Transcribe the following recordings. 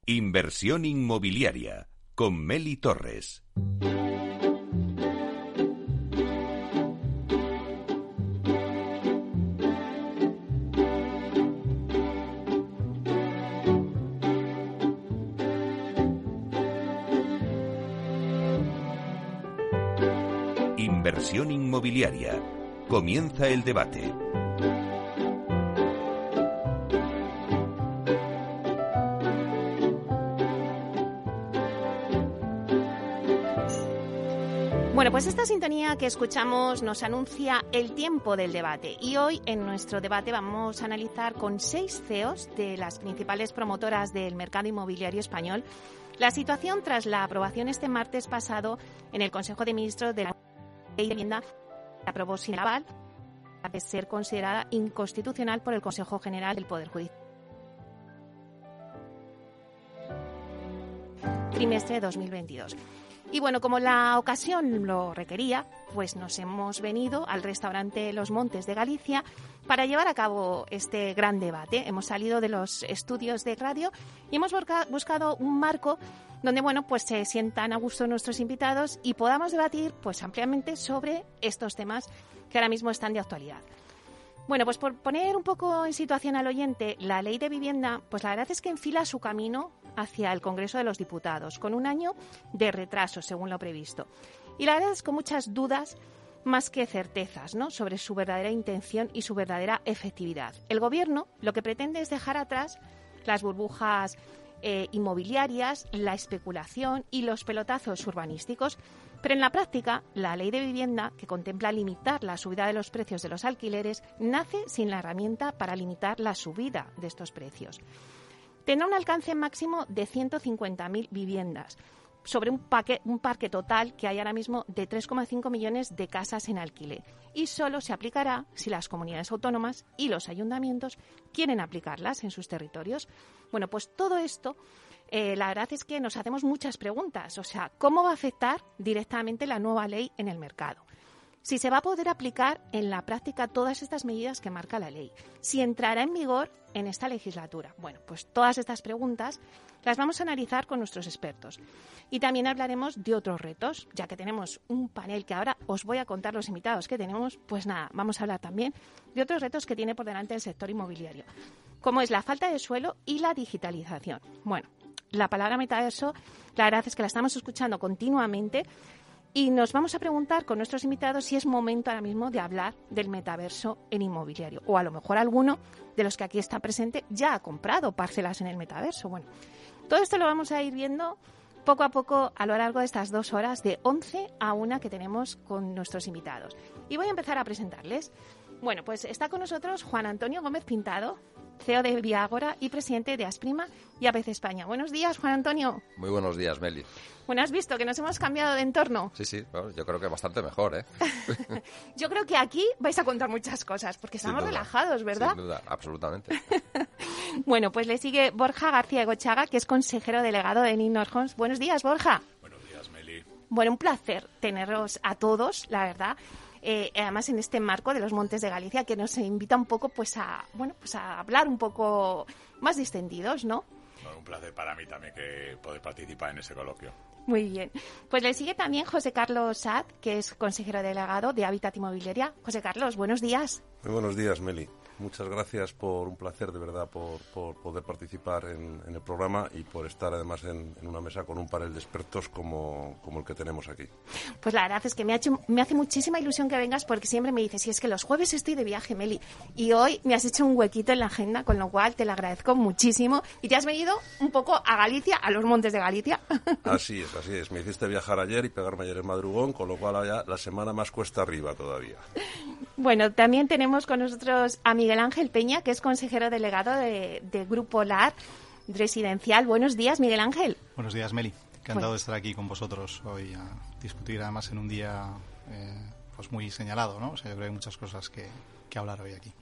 Inversión inmobiliaria con Meli Torres. Inversión inmobiliaria. Comienza el debate. Bueno, pues esta sintonía que escuchamos nos anuncia el tiempo del debate y hoy en nuestro debate vamos a analizar con 6 CEOs de las principales promotoras del mercado inmobiliario español la situación tras la aprobación este martes pasado en el Consejo de Ministros de la Ley de Vivienda que aprobó sin aval de ser considerada inconstitucional por el Consejo General del Poder Judicial. Trimestre de 2022. Y bueno, como la ocasión lo requería, pues nos hemos venido al restaurante Los Montes de Galicia para llevar a cabo este gran debate. Hemos salido de los estudios de radio y hemos buscado un marco donde, bueno, pues se sientan a gusto nuestros invitados y podamos debatir pues ampliamente sobre estos temas que ahora mismo están de actualidad. Bueno, pues por poner un poco en situación al oyente, la Ley de Vivienda, pues la verdad es que enfila su camino hacia el Congreso de los Diputados, con un año de retraso, según lo previsto. Y la verdad es con muchas dudas más que certezas, ¿no?, sobre su verdadera intención y su verdadera efectividad. El Gobierno lo que pretende es dejar atrás las burbujas inmobiliarias, la especulación y los pelotazos urbanísticos, pero en la práctica, la Ley de Vivienda, que contempla limitar la subida de los precios de los alquileres, nace sin la herramienta para limitar la subida de estos precios. Tendrá un alcance máximo de 150.000 viviendas, sobre un parque total que hay ahora mismo de 3,5 millones de casas en alquiler. Y solo se aplicará si las comunidades autónomas y los ayuntamientos quieren aplicarlas en sus territorios. Bueno, pues todo esto, la verdad es que nos hacemos muchas preguntas. O sea, ¿cómo va a afectar directamente la nueva ley en el mercado? Si se va a poder aplicar en la práctica todas estas medidas que marca la ley. Si entrará en vigor en esta legislatura. Bueno, pues todas estas preguntas las vamos a analizar con nuestros expertos. Y también hablaremos de otros retos, ya que tenemos un panel que ahora os voy a contar los invitados que tenemos. Pues nada, vamos a hablar también de otros retos que tiene por delante el sector inmobiliario, como es la falta de suelo y la digitalización. Bueno, la palabra metaverso, la verdad es que la estamos escuchando continuamente. Y nos vamos a preguntar con nuestros invitados si es momento ahora mismo de hablar del metaverso en inmobiliario. O a lo mejor alguno de los que aquí está presente ya ha comprado parcelas en el metaverso. Bueno, todo esto lo vamos a ir viendo poco a poco a lo largo de estas 2 horas de 11 a 1 que tenemos con nuestros invitados. Y voy a empezar a presentarles. Bueno, pues está con nosotros Juan Antonio Gómez Pintado, CEO de Viagora y presidente de Asprima y APC España. Buenos días, Juan Antonio. Muy buenos días, Meli. Bueno, has visto que nos hemos cambiado de entorno. Sí, bueno, yo creo que bastante mejor, ¿eh? Yo creo que aquí vais a contar muchas cosas, porque estamos relajados, ¿verdad? Sin duda, absolutamente. Bueno, pues le sigue Borja García Egochaga, que es consejero delegado de Neinor Homes. Buenos días, Borja. Buenos días, Meli. Bueno, un placer teneros a todos, la verdad. Además en este marco de los Montes de Galicia, que nos invita un poco pues a hablar un poco más distendidos, ¿no? Bueno, un placer para mí también que poder participar en ese coloquio. Muy bien. Pues le sigue también José Carlos Saad, que es consejero delegado de Hábitat Inmobiliaria. José Carlos, buenos días. Muy buenos días, Meli. Muchas gracias por un placer, de verdad, por poder participar en el programa y por estar además en una mesa con un panel de expertos como el que tenemos aquí. Pues la verdad es que me hace muchísima ilusión que vengas, porque siempre me dices, si es que los jueves estoy de viaje, Meli, y hoy me has hecho un huequito en la agenda, con lo cual te lo agradezco muchísimo y te has venido un poco a Galicia, a los Montes de Galicia. Así es. Me hiciste viajar ayer y pegarme ayer en madrugón, con lo cual ya la semana más cuesta arriba todavía. Bueno, también tenemos con nosotros a Miguel Ángel Peña, que es consejero delegado de Grupo LAR Residencial. Buenos días, Miguel Ángel. Buenos días, Meli. Encantado de estar aquí con vosotros hoy a discutir, además en un día pues muy señalado, ¿no? O sea, yo creo que hay muchas cosas que hablar hoy aquí.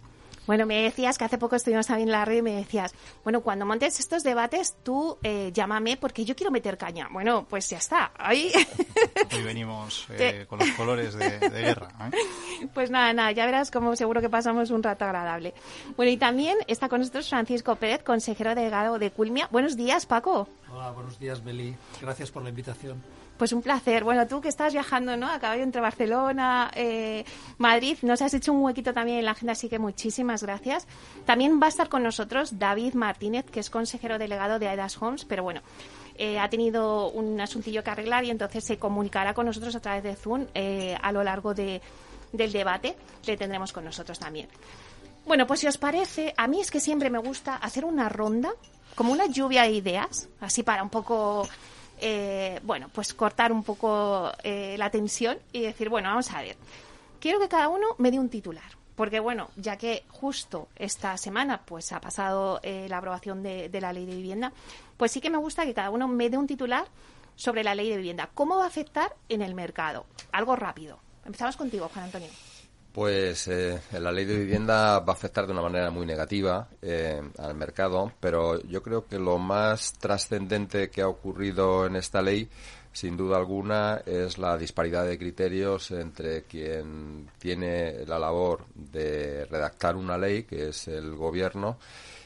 Bueno, me decías que hace poco estuvimos también en la red y me decías, bueno, cuando montes estos debates, tú llámame porque yo quiero meter caña. Bueno, pues ya está. Ahí Hoy venimos con los colores de guerra. Pues nada, ya verás cómo seguro que pasamos un rato agradable. Bueno, y también está con nosotros Francisco Pérez, consejero delegado de Culmia. Buenos días, Paco. Hola, buenos días, Meli. Gracias por la invitación. Pues un placer. Bueno, tú que estás viajando, ¿no? A caballo entre Barcelona, Madrid, nos has hecho un huequito también en la agenda, así que muchísimas gracias. También va a estar con nosotros David Martínez, que es consejero delegado de Aedas Homes, pero bueno, ha tenido un asuntillo que arreglar y entonces se comunicará con nosotros a través de Zoom a lo largo del debate. Le tendremos con nosotros también. Bueno, pues si os parece, a mí es que siempre me gusta hacer una ronda, como una lluvia de ideas, así para un poco... bueno, pues cortar un poco la tensión y decir, bueno, vamos a ver, quiero que cada uno me dé un titular, porque bueno, ya que justo esta semana pues ha pasado la aprobación de la ley de vivienda, pues sí que me gusta que cada uno me dé un titular sobre la ley de vivienda. ¿Cómo va a afectar en el mercado? Algo rápido. Empezamos contigo, Juan Antonio. Pues la ley de vivienda va a afectar de una manera muy negativa al mercado, pero yo creo que lo más trascendente que ha ocurrido en esta ley, sin duda alguna, es la disparidad de criterios entre quien tiene la labor de redactar una ley, que es el Gobierno,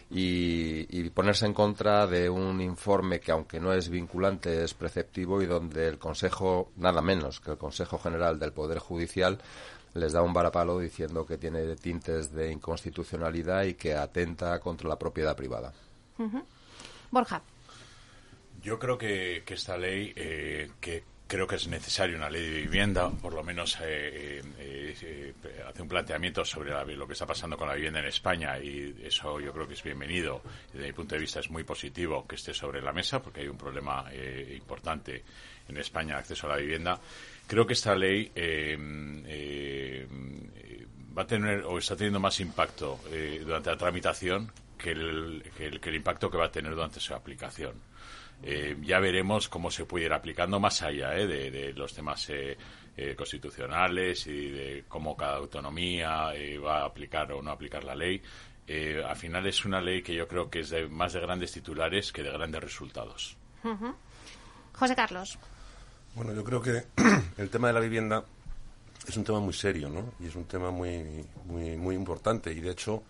y ponerse en contra de un informe que, aunque no es vinculante, es preceptivo y donde el Consejo, nada menos que el Consejo General del Poder Judicial, les da un varapalo diciendo que tiene tintes de inconstitucionalidad y que atenta contra la propiedad privada. Uh-huh. Borja. Yo creo que esta ley, que creo que es necesaria una ley de vivienda, por lo menos hace un planteamiento sobre lo que está pasando con la vivienda en España, y eso yo creo que es bienvenido. Desde mi punto de vista es muy positivo que esté sobre la mesa, porque hay un problema importante en España de acceso a la vivienda. Creo que esta ley va a tener o está teniendo más impacto durante la tramitación que el impacto que va a tener durante su aplicación. Ya veremos cómo se puede ir aplicando más allá de los temas constitucionales y de cómo cada autonomía va a aplicar o no aplicar la ley. Al final es una ley que yo creo que es más de grandes titulares que de grandes resultados. Uh-huh. José Carlos. Bueno, yo creo que el tema de la vivienda es un tema muy serio, ¿no? Y es un tema muy importante, y de hecho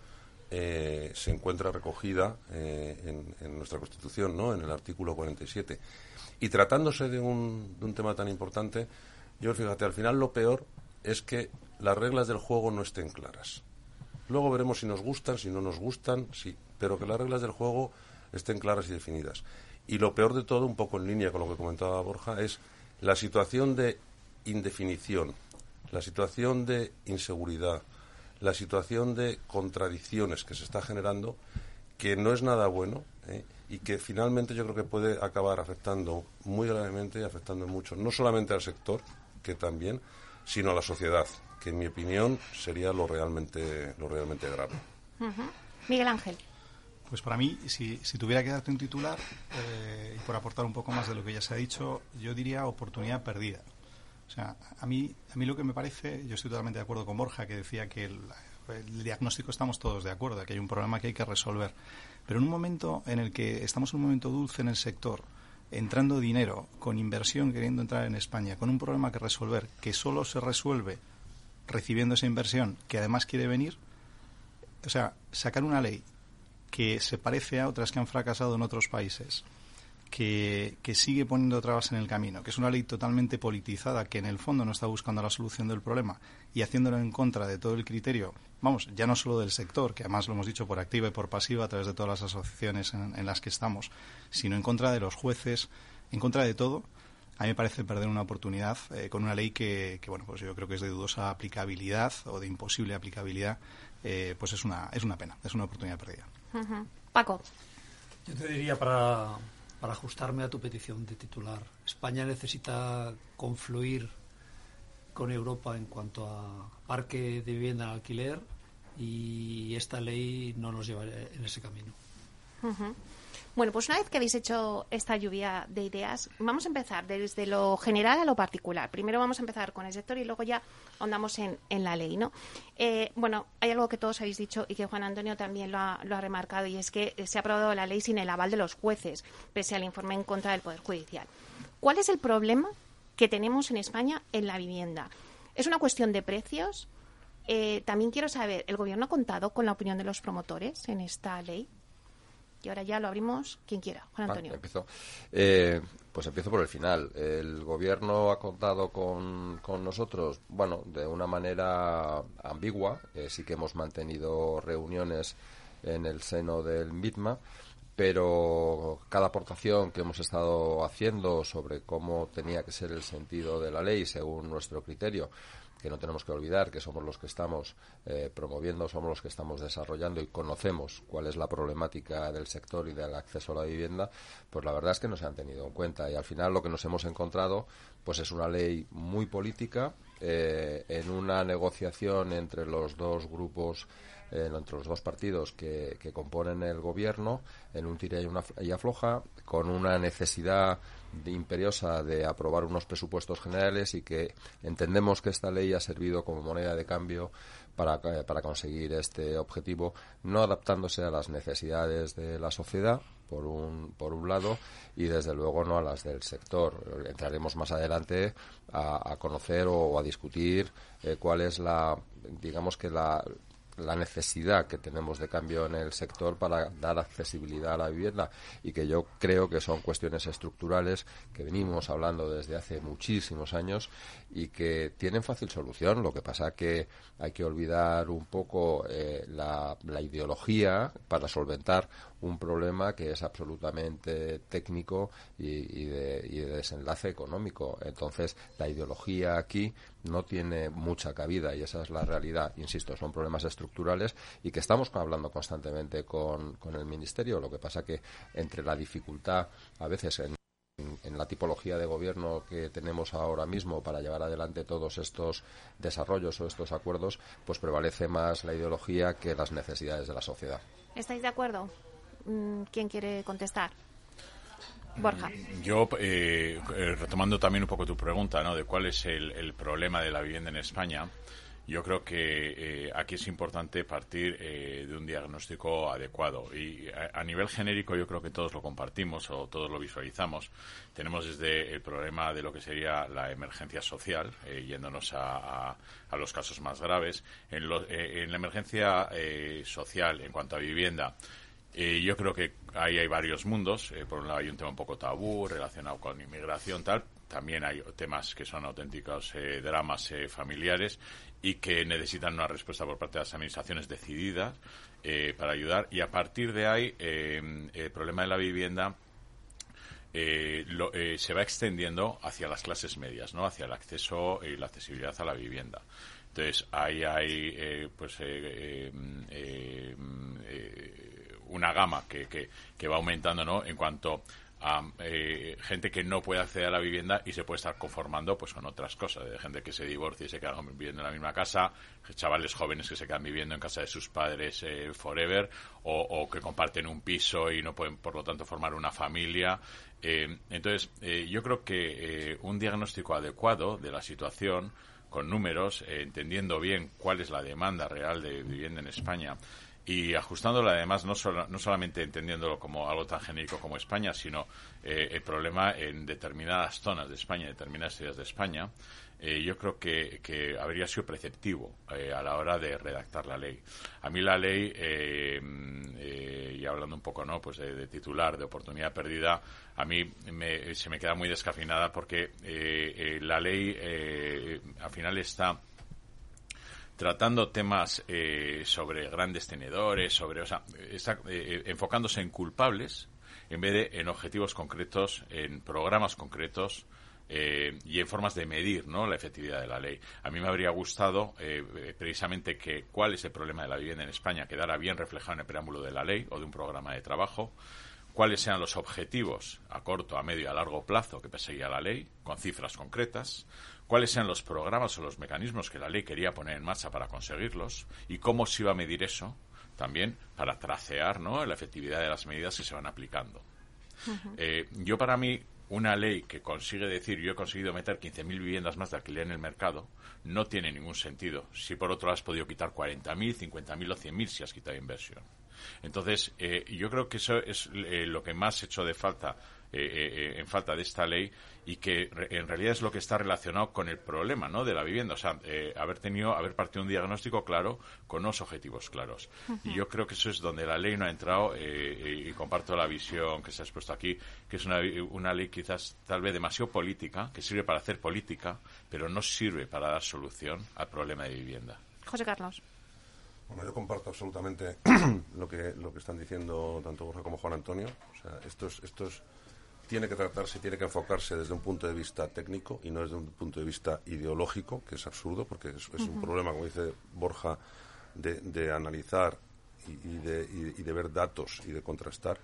se encuentra recogida en nuestra Constitución, ¿no? En el artículo 47. Y tratándose de un tema tan importante, yo, fíjate, al final lo peor es que las reglas del juego no estén claras. Luego veremos si nos gustan, si no nos gustan, sí, pero que las reglas del juego estén claras y definidas. Y lo peor de todo, un poco en línea con lo que comentaba Borja, es la situación de indefinición, la situación de inseguridad, la situación de contradicciones que se está generando, que no es nada bueno, y que finalmente yo creo que puede acabar afectando muy gravemente y afectando mucho, no solamente al sector, que también, sino a la sociedad, que en mi opinión sería lo realmente grave. Uh-huh. Miguel Ángel. Pues para mí, si tuviera que darte un titular, y por aportar un poco más de lo que ya se ha dicho, yo diría oportunidad perdida. O sea, a mí lo que me parece, yo estoy totalmente de acuerdo con Borja, que decía que el diagnóstico estamos todos de acuerdo, que hay un problema que hay que resolver. Pero en un momento en el que estamos en un momento dulce en el sector, entrando dinero, con inversión queriendo entrar en España, con un problema que resolver, que solo se resuelve recibiendo esa inversión, que además quiere venir, o sea, sacar una ley que se parece a otras que han fracasado en otros países, que sigue poniendo trabas en el camino, que es una ley totalmente politizada, que en el fondo no está buscando la solución del problema y haciéndolo en contra de todo el criterio, vamos, ya no solo del sector, que además lo hemos dicho por activa y por pasiva a través de todas las asociaciones en las que estamos, sino en contra de los jueces, en contra de todo. A mí me parece perder una oportunidad con una ley que bueno, pues yo creo que es de dudosa aplicabilidad o de imposible aplicabilidad, pues es una pena, es una oportunidad perdida. Uh-huh. Paco. Yo te diría, para ajustarme a tu petición de titular, España necesita confluir con Europa en cuanto a parque de vivienda en alquiler, y esta ley no nos lleva en ese camino. Uh-huh. Bueno, pues una vez que habéis hecho esta lluvia de ideas, vamos a empezar desde lo general a lo particular. Primero vamos a empezar con el sector y luego ya ahondamos en la ley, ¿no? Bueno, hay algo que todos habéis dicho y que Juan Antonio también lo ha remarcado, y es que se ha aprobado la ley sin el aval de los jueces, pese al informe en contra del Poder Judicial. ¿Cuál es el problema que tenemos en España en la vivienda? ¿Es una cuestión de precios? También quiero saber, ¿el Gobierno ha contado con la opinión de los promotores en esta ley? Y ahora ya lo abrimos quien quiera. Juan Antonio. Empiezo. Pues empiezo por el final. ¿El Gobierno ha contado con nosotros? Bueno, de una manera ambigua. Sí que hemos mantenido reuniones en el seno del MITMA, pero cada aportación que hemos estado haciendo sobre cómo tenía que ser el sentido de la ley según nuestro criterio, que no tenemos que olvidar que somos los que estamos promoviendo, somos los que estamos desarrollando y conocemos cuál es la problemática del sector y del acceso a la vivienda, pues la verdad es que no se han tenido en cuenta, y al final lo que nos hemos encontrado pues es una ley muy política, en una negociación entre los dos grupos, entre los dos partidos que componen el gobierno, en un tira y afloja, con una necesidad imperiosa de aprobar unos presupuestos generales, y que entendemos que esta ley ha servido como moneda de cambio para conseguir este objetivo, no adaptándose a las necesidades de la sociedad por un lado, y desde luego no a las del sector. Entraremos más adelante a conocer o a discutir cuál es la necesidad que tenemos de cambio en el sector para dar accesibilidad a la vivienda, y que yo creo que son cuestiones estructurales que venimos hablando desde hace muchísimos años y que tienen fácil solución. Lo que pasa que hay que olvidar un poco la ideología para solventar un problema que es absolutamente técnico y de desenlace económico. Entonces, la ideología aquí no tiene mucha cabida, y esa es la realidad. Insisto, son problemas estructurales y que estamos hablando constantemente con el Ministerio. Lo que pasa que entre la dificultad a veces en la tipología de gobierno que tenemos ahora mismo para llevar adelante todos estos desarrollos o estos acuerdos, pues prevalece más la ideología que las necesidades de la sociedad. ¿Estáis de acuerdo? ¿Quién quiere contestar? Borja. Yo, retomando también un poco tu pregunta, ¿no?, de cuál es el problema de la vivienda en España, yo creo que aquí es importante partir de un diagnóstico adecuado. Y a nivel genérico yo creo que todos lo compartimos o todos lo visualizamos. Tenemos desde el problema de lo que sería la emergencia social, yéndonos a los casos más graves. En la emergencia social, en cuanto a vivienda, yo creo que ahí hay varios mundos. Por un lado hay un tema un poco tabú relacionado con inmigración, tal. También hay temas que son auténticos dramas familiares y que necesitan una respuesta por parte de las administraciones decididas para ayudar. Y a partir de ahí, el problema de la vivienda se va extendiendo hacia las clases medias, ¿no?, hacia el acceso y la accesibilidad a la vivienda. Entonces, ahí hay una gama que va aumentando, ¿no?, en cuanto a gente que no puede acceder a la vivienda y se puede estar conformando pues con otras cosas, de gente que se divorcia y se queda viviendo en la misma casa, chavales jóvenes que se quedan viviendo en casa de sus padres forever, o que comparten un piso y no pueden por lo tanto formar una familia. Entonces yo creo que un diagnóstico adecuado de la situación, con números, entendiendo bien cuál es la demanda real de vivienda en España, y ajustándola además no solamente entendiéndolo como algo tan genérico como España, sino el problema en determinadas zonas de España, determinadas ciudades de España, yo creo que habría sido preceptivo a la hora de redactar la ley. A mí la ley, y hablando un poco, ¿no?, pues de titular, de oportunidad perdida, a mí se me queda muy descafeinada, porque la ley al final está tratando temas sobre grandes tenedores, está enfocándose en culpables en vez de en objetivos concretos, en programas concretos y en formas de medir, ¿no?, la efectividad de la ley. A mí me habría gustado precisamente que cuál es el problema de la vivienda en España quedara bien reflejado en el preámbulo de la ley o de un programa de trabajo, cuáles sean los objetivos a corto, a medio y a largo plazo que perseguía la ley, con cifras concretas, cuáles sean los programas o los mecanismos que la ley quería poner en marcha para conseguirlos y cómo se iba a medir eso, también para tracear, ¿no?, la efectividad de las medidas que se van aplicando. Yo, para mí, una ley que consigue decir yo he conseguido meter 15.000 viviendas más de alquiler en el mercado no tiene ningún sentido. Si por otro lado has podido quitar 40.000, 50.000 o 100.000 si has quitado inversión. Entonces, yo creo que eso es lo que más echó de falta en falta de esta ley, y que en realidad es lo que está relacionado con el problema, ¿no?, de la vivienda. O sea, haber partido un diagnóstico claro con unos objetivos claros. Y yo creo que eso es donde la ley no ha entrado, y comparto la visión que se ha expuesto aquí, que es una ley quizás tal vez demasiado política, que sirve para hacer política, pero no sirve para dar solución al problema de vivienda. José Carlos. Bueno, yo comparto absolutamente lo que están diciendo tanto Borja como Juan Antonio. O sea, esto tiene que tratarse, tiene que enfocarse desde un punto de vista técnico y no desde un punto de vista ideológico, que es absurdo, porque es un problema, como dice Borja, de analizar y de ver datos y de contrastar.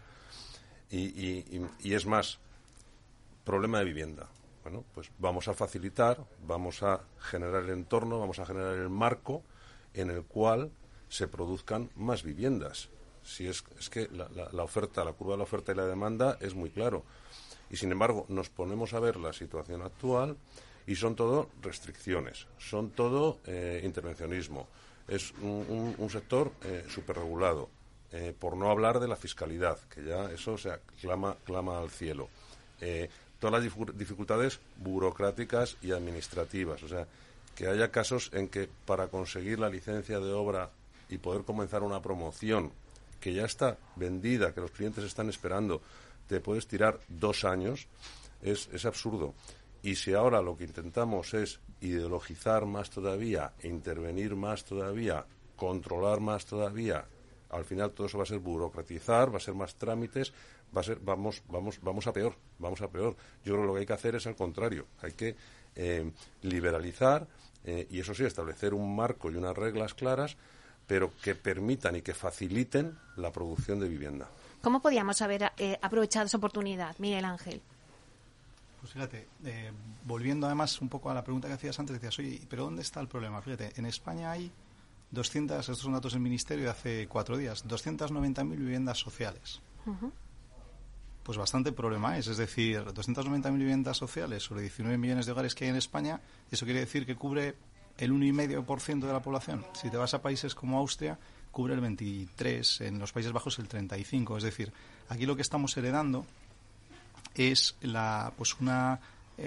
Y es más, problema de vivienda. Bueno, pues vamos a facilitar, vamos a generar el entorno, vamos a generar el marco en el cual se produzcan más viviendas. Si es que la oferta, la curva de la oferta y la demanda es muy claro. Y sin embargo, nos ponemos a ver la situación actual y son todo restricciones, son todo intervencionismo. Es un sector superregulado, por no hablar de la fiscalidad, que ya eso clama al cielo. Todas las dificultades burocráticas y administrativas. O sea, que haya casos en que para conseguir la licencia de obra y poder comenzar una promoción que ya está vendida, que los clientes están esperando, te puedes tirar 2 años, es absurdo. Y si ahora lo que intentamos es ideologizar más todavía, intervenir más todavía, controlar más todavía, al final todo eso va a ser burocratizar, va a ser más trámites, vamos a peor. Yo creo que lo que hay que hacer es al contrario, hay que liberalizar y eso sí, establecer un marco y unas reglas claras, pero que permitan y que faciliten la producción de vivienda. ¿Cómo podíamos haber aprovechado esa oportunidad, Miguel Ángel? Pues fíjate, volviendo además un poco a la pregunta que hacías antes, decías, oye, ¿pero dónde está el problema? Fíjate, en España hay 200, estos son datos del Ministerio de hace 4 días, 290.000 viviendas sociales. Pues bastante problema es decir, 290.000 viviendas sociales sobre 19 millones de hogares que hay en España, eso quiere decir que cubre el 1,5% de la población. Si te vas a países como Austria, cubre el 23%, en los Países Bajos el 35%. Es decir, aquí lo que estamos heredando es una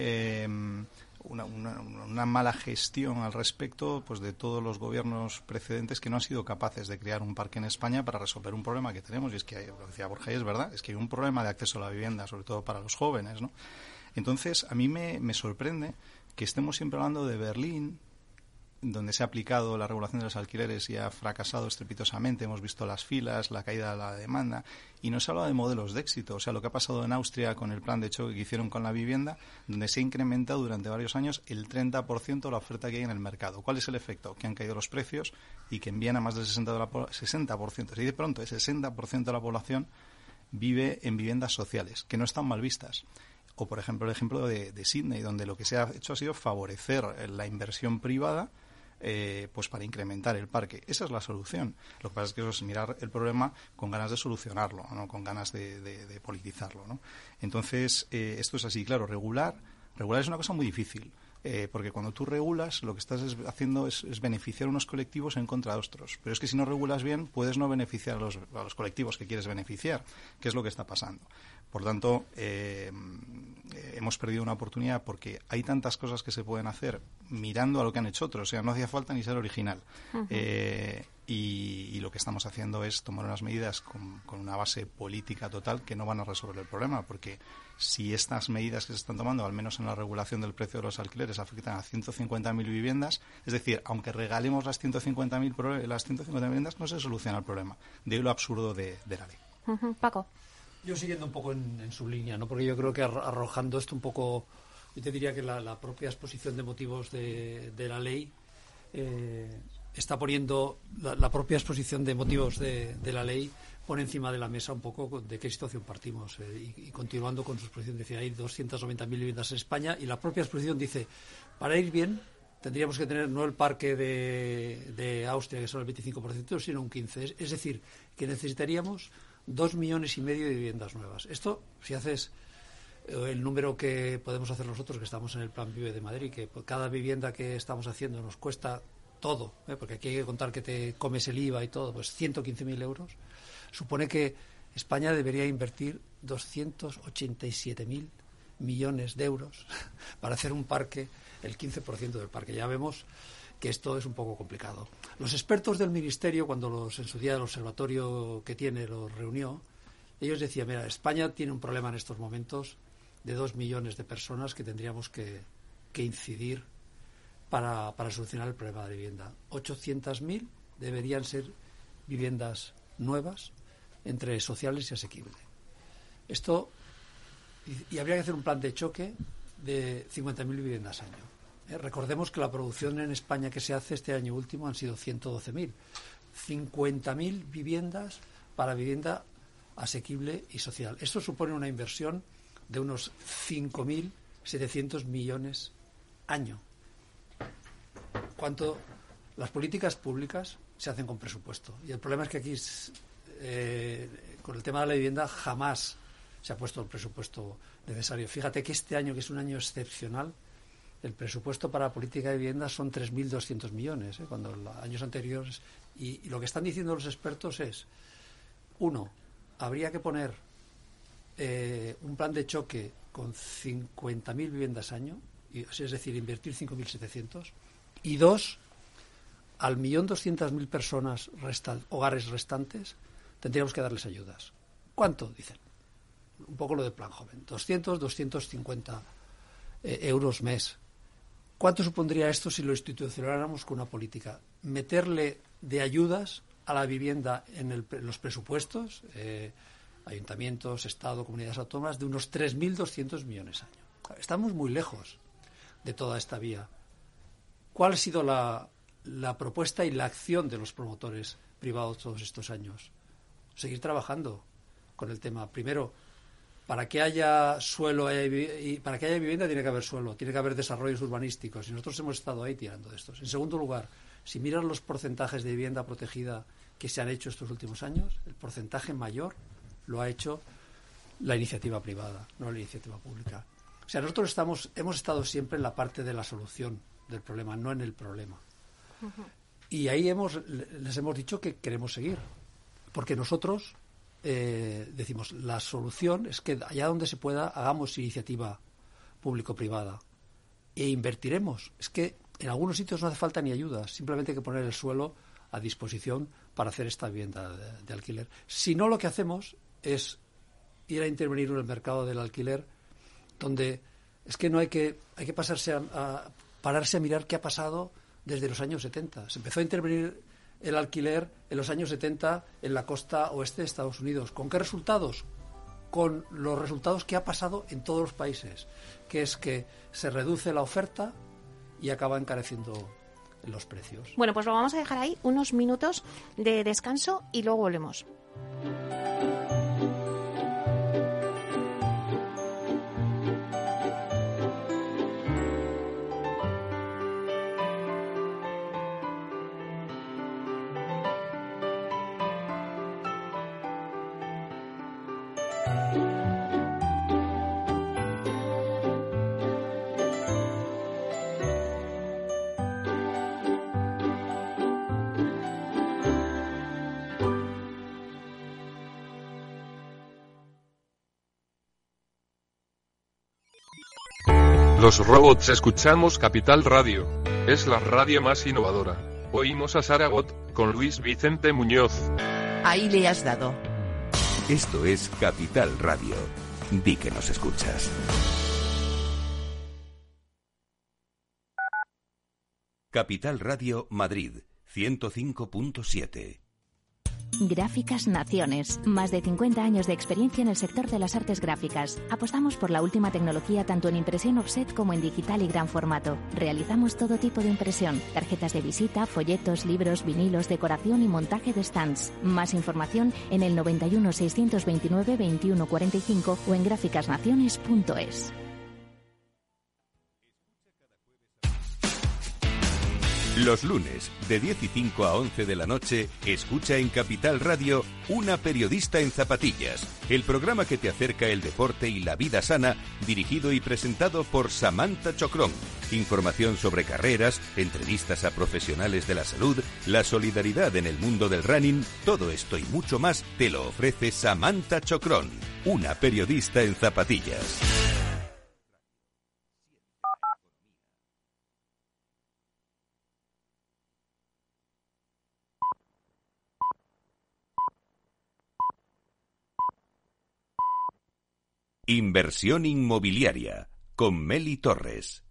mala gestión al respecto, pues, de todos los gobiernos precedentes que no han sido capaces de crear un parque en España para resolver un problema que tenemos. Y es que, lo que decía Borja, y es verdad, es que hay un problema de acceso a la vivienda, sobre todo para los jóvenes, ¿no? Entonces, a mí me sorprende que estemos siempre hablando de Berlín, donde se ha aplicado la regulación de los alquileres y ha fracasado estrepitosamente. Hemos visto las filas, la caída de la demanda, y no se habla de modelos de éxito. O sea, lo que ha pasado en Austria con el plan de choque que hicieron con la vivienda, donde se ha incrementado durante varios años el 30% la oferta que hay en el mercado. ¿Cuál es el efecto? Que han caído los precios y que en Viena más del 60%, si de pronto el 60% de la población vive en viviendas sociales, que no están mal vistas. O, por ejemplo, el ejemplo de Sydney, donde lo que se ha hecho ha sido favorecer la inversión privada, pues para incrementar el parque. Esa es la solución. Lo que pasa es que eso es mirar el problema con ganas de solucionarlo, no con ganas de politizarlo, ¿no? Entonces, esto es así. Claro, regular es una cosa muy difícil, porque cuando tú regulas, lo que estás haciendo es beneficiar a unos colectivos en contra de otros. Pero es que si no regulas bien, puedes no beneficiar a los colectivos que quieres beneficiar, que es lo que está pasando. Por tanto, hemos perdido una oportunidad porque hay tantas cosas que se pueden hacer mirando a lo que han hecho otros. O sea, no hacía falta ni ser original. Y lo que estamos haciendo es tomar unas medidas con una base política total que no van a resolver el problema, porque si estas medidas que se están tomando, al menos en la regulación del precio de los alquileres, afectan a 150.000 viviendas, es decir, aunque regalemos las 150.000 viviendas, no se soluciona el problema. De ahí lo absurdo de la ley. Paco. Yo siguiendo un poco en su línea, ¿no? Porque yo creo que arrojando esto un poco, yo te diría que la propia exposición de motivos de la ley está poniendo la propia exposición de motivos de la ley pone encima de la mesa un poco de qué situación partimos, y continuando con su exposición decía hay 290.000 viviendas en España y la propia exposición dice para ir bien tendríamos que tener no el parque de Austria, que son el 25%, sino un 15%. Es decir, que necesitaríamos 2,5 millones de viviendas nuevas. Esto, si haces el número que podemos hacer nosotros, que estamos en el Plan Vive de Madrid, que por cada vivienda que estamos haciendo nos cuesta todo, porque aquí hay que contar que te comes el IVA y todo, pues 115.000 euros, supone que España debería invertir 287.000 millones de euros para hacer un parque, el 15% del parque. Ya vemos que esto es un poco complicado. Los expertos del Ministerio, cuando en su día el observatorio que tiene los reunió, ellos decían, mira, España tiene un problema en estos momentos de 2 millones de personas que tendríamos que incidir para solucionar el problema de vivienda. 800.000 deberían ser viviendas nuevas, entre sociales y asequibles. Esto, y habría que hacer un plan de choque de 50.000 viviendas año. Recordemos que la producción en España que se hace este año último han sido 112.000. 50.000 viviendas para vivienda asequible y social. Esto supone una inversión de unos 5.700 millones año. ¿Cuánto? Las políticas públicas se hacen con presupuesto. Y el problema es que aquí, con el tema de la vivienda, jamás se ha puesto el presupuesto necesario. Fíjate que este año, que es un año excepcional, el presupuesto para la política de vivienda son 3.200 millones, cuando en los años anteriores... Y lo que están diciendo los expertos es, uno, habría que poner un plan de choque con 50.000 viviendas año, es decir, invertir 5.700, y dos, al 1.200.000 personas hogares restantes, tendríamos que darles ayudas. ¿Cuánto? Dicen. Un poco lo del Plan Joven. 250 euros mes. ¿Cuánto supondría esto si lo institucionalizáramos con una política? Meterle de ayudas a la vivienda en los presupuestos, ayuntamientos, Estado, comunidades autónomas, de unos 3.200 millones al año. Estamos muy lejos de toda esta vía. ¿Cuál ha sido la propuesta y la acción de los promotores privados todos estos años? Seguir trabajando con el tema. Primero, para que haya suelo y para que haya vivienda tiene que haber suelo, tiene que haber desarrollos urbanísticos, y nosotros hemos estado ahí tirando de estos. En segundo lugar, si miras los porcentajes de vivienda protegida que se han hecho estos últimos años, el porcentaje mayor lo ha hecho la iniciativa privada, no la iniciativa pública. O sea, nosotros hemos estado siempre en la parte de la solución del problema, no en el problema. Uh-huh. Y ahí les hemos dicho que queremos seguir, porque nosotros decimos, la solución es que allá donde se pueda hagamos iniciativa público-privada e invertiremos. Es que en algunos sitios no hace falta ni ayuda, simplemente hay que poner el suelo a disposición para hacer esta vivienda de alquiler. Si no, lo que hacemos es ir a intervenir en el mercado del alquiler, donde es que no hay que pararse a mirar qué ha pasado desde los años 70. Se empezó a intervenir el alquiler en los años 70 en la costa oeste de Estados Unidos. ¿Con qué resultados? Con los resultados que ha pasado en todos los países, que es que se reduce la oferta y acaba encareciendo los precios. Bueno, pues lo vamos a dejar ahí, unos minutos de descanso y luego volvemos. Los robots escuchamos Capital Radio. Es la radio más innovadora. Oímos a Saragot, con Luis Vicente Muñoz. Ahí le has dado. Esto es Capital Radio. Di que nos escuchas. Capital Radio Madrid, 105.7. Gráficas Naciones. Más de 50 años de experiencia en el sector de las artes gráficas. Apostamos por la última tecnología tanto en impresión offset como en digital y gran formato. Realizamos todo tipo de impresión. Tarjetas de visita, folletos, libros, vinilos, decoración y montaje de stands. Más información en el 91 629 21 45 o en gráficasnaciones.es. Los lunes, de 10:05 a 11 de la noche, escucha en Capital Radio Una periodista en zapatillas, el programa que te acerca el deporte y la vida sana, dirigido y presentado por Samantha Chocrón. Información sobre carreras, entrevistas a profesionales de la salud, la solidaridad en el mundo del running, todo esto y mucho más te lo ofrece Samantha Chocrón, una periodista en zapatillas. Inversión inmobiliaria con Meli Torres.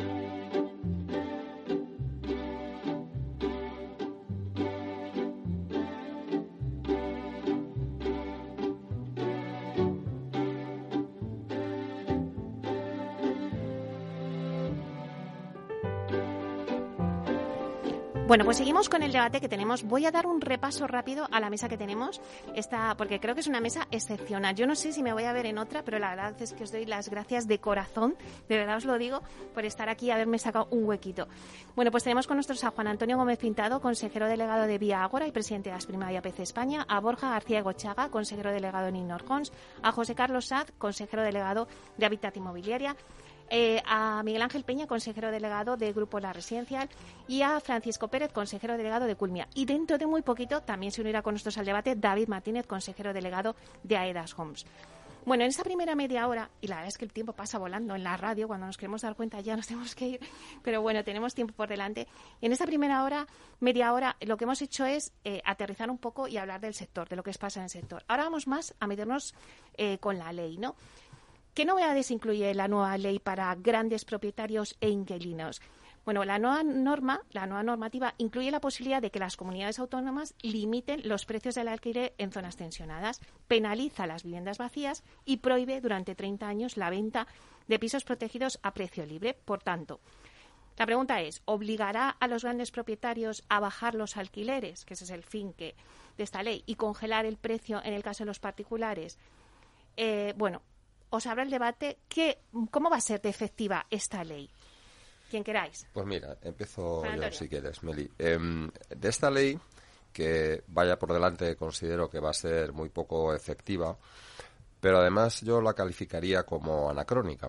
Bueno, pues seguimos con el debate que tenemos. Voy a dar un repaso rápido a la mesa que tenemos, porque creo que es una mesa excepcional. Yo no sé si me voy a ver en otra, pero la verdad es que os doy las gracias de corazón, de verdad os lo digo, por estar aquí y haberme sacado un huequito. Bueno, pues tenemos con nosotros a Juan Antonio Gómez Pintado, consejero delegado de Vía Ágora y presidente de Asprima y APC España, a Borja García Egochaga, consejero delegado en Innorcons, a José Carlos Saz, consejero delegado de Hábitat Inmobiliaria, a Miguel Ángel Peña, consejero delegado de Grupo La Residencial, y a Francisco Pérez, consejero delegado de Culmia. Y dentro de muy poquito también se unirá con nosotros al debate David Martínez, consejero delegado de Aedas Homes. Bueno, en esta primera media hora, y la verdad es que el tiempo pasa volando en la radio, cuando nos queremos dar cuenta ya nos tenemos que ir, pero bueno, tenemos tiempo por delante. En esta media hora, lo que hemos hecho es aterrizar un poco y hablar del sector, de lo que pasa en el sector. Ahora vamos más a meternos con la ley, ¿no? ¿Qué novedades incluye la nueva ley para grandes propietarios e inquilinos? Bueno, la nueva normativa incluye la posibilidad de que las comunidades autónomas limiten los precios del alquiler en zonas tensionadas, penaliza las viviendas vacías y prohíbe durante 30 años la venta de pisos protegidos a precio libre. Por tanto, la pregunta es, ¿obligará a los grandes propietarios a bajar los alquileres, que ese es el fin de esta ley, y congelar el precio en el caso de los particulares? Bueno, os abro el debate. ¿Cómo va a ser de efectiva esta ley? Quien queráis. Pues mira, empiezo yo si quieres, Meli. De esta ley, que vaya por delante, considero que va a ser muy poco efectiva, pero además yo la calificaría como anacrónica.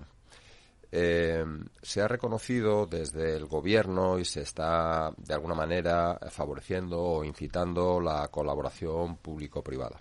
Se ha reconocido desde el gobierno y se está de alguna manera favoreciendo o incitando la colaboración público-privada.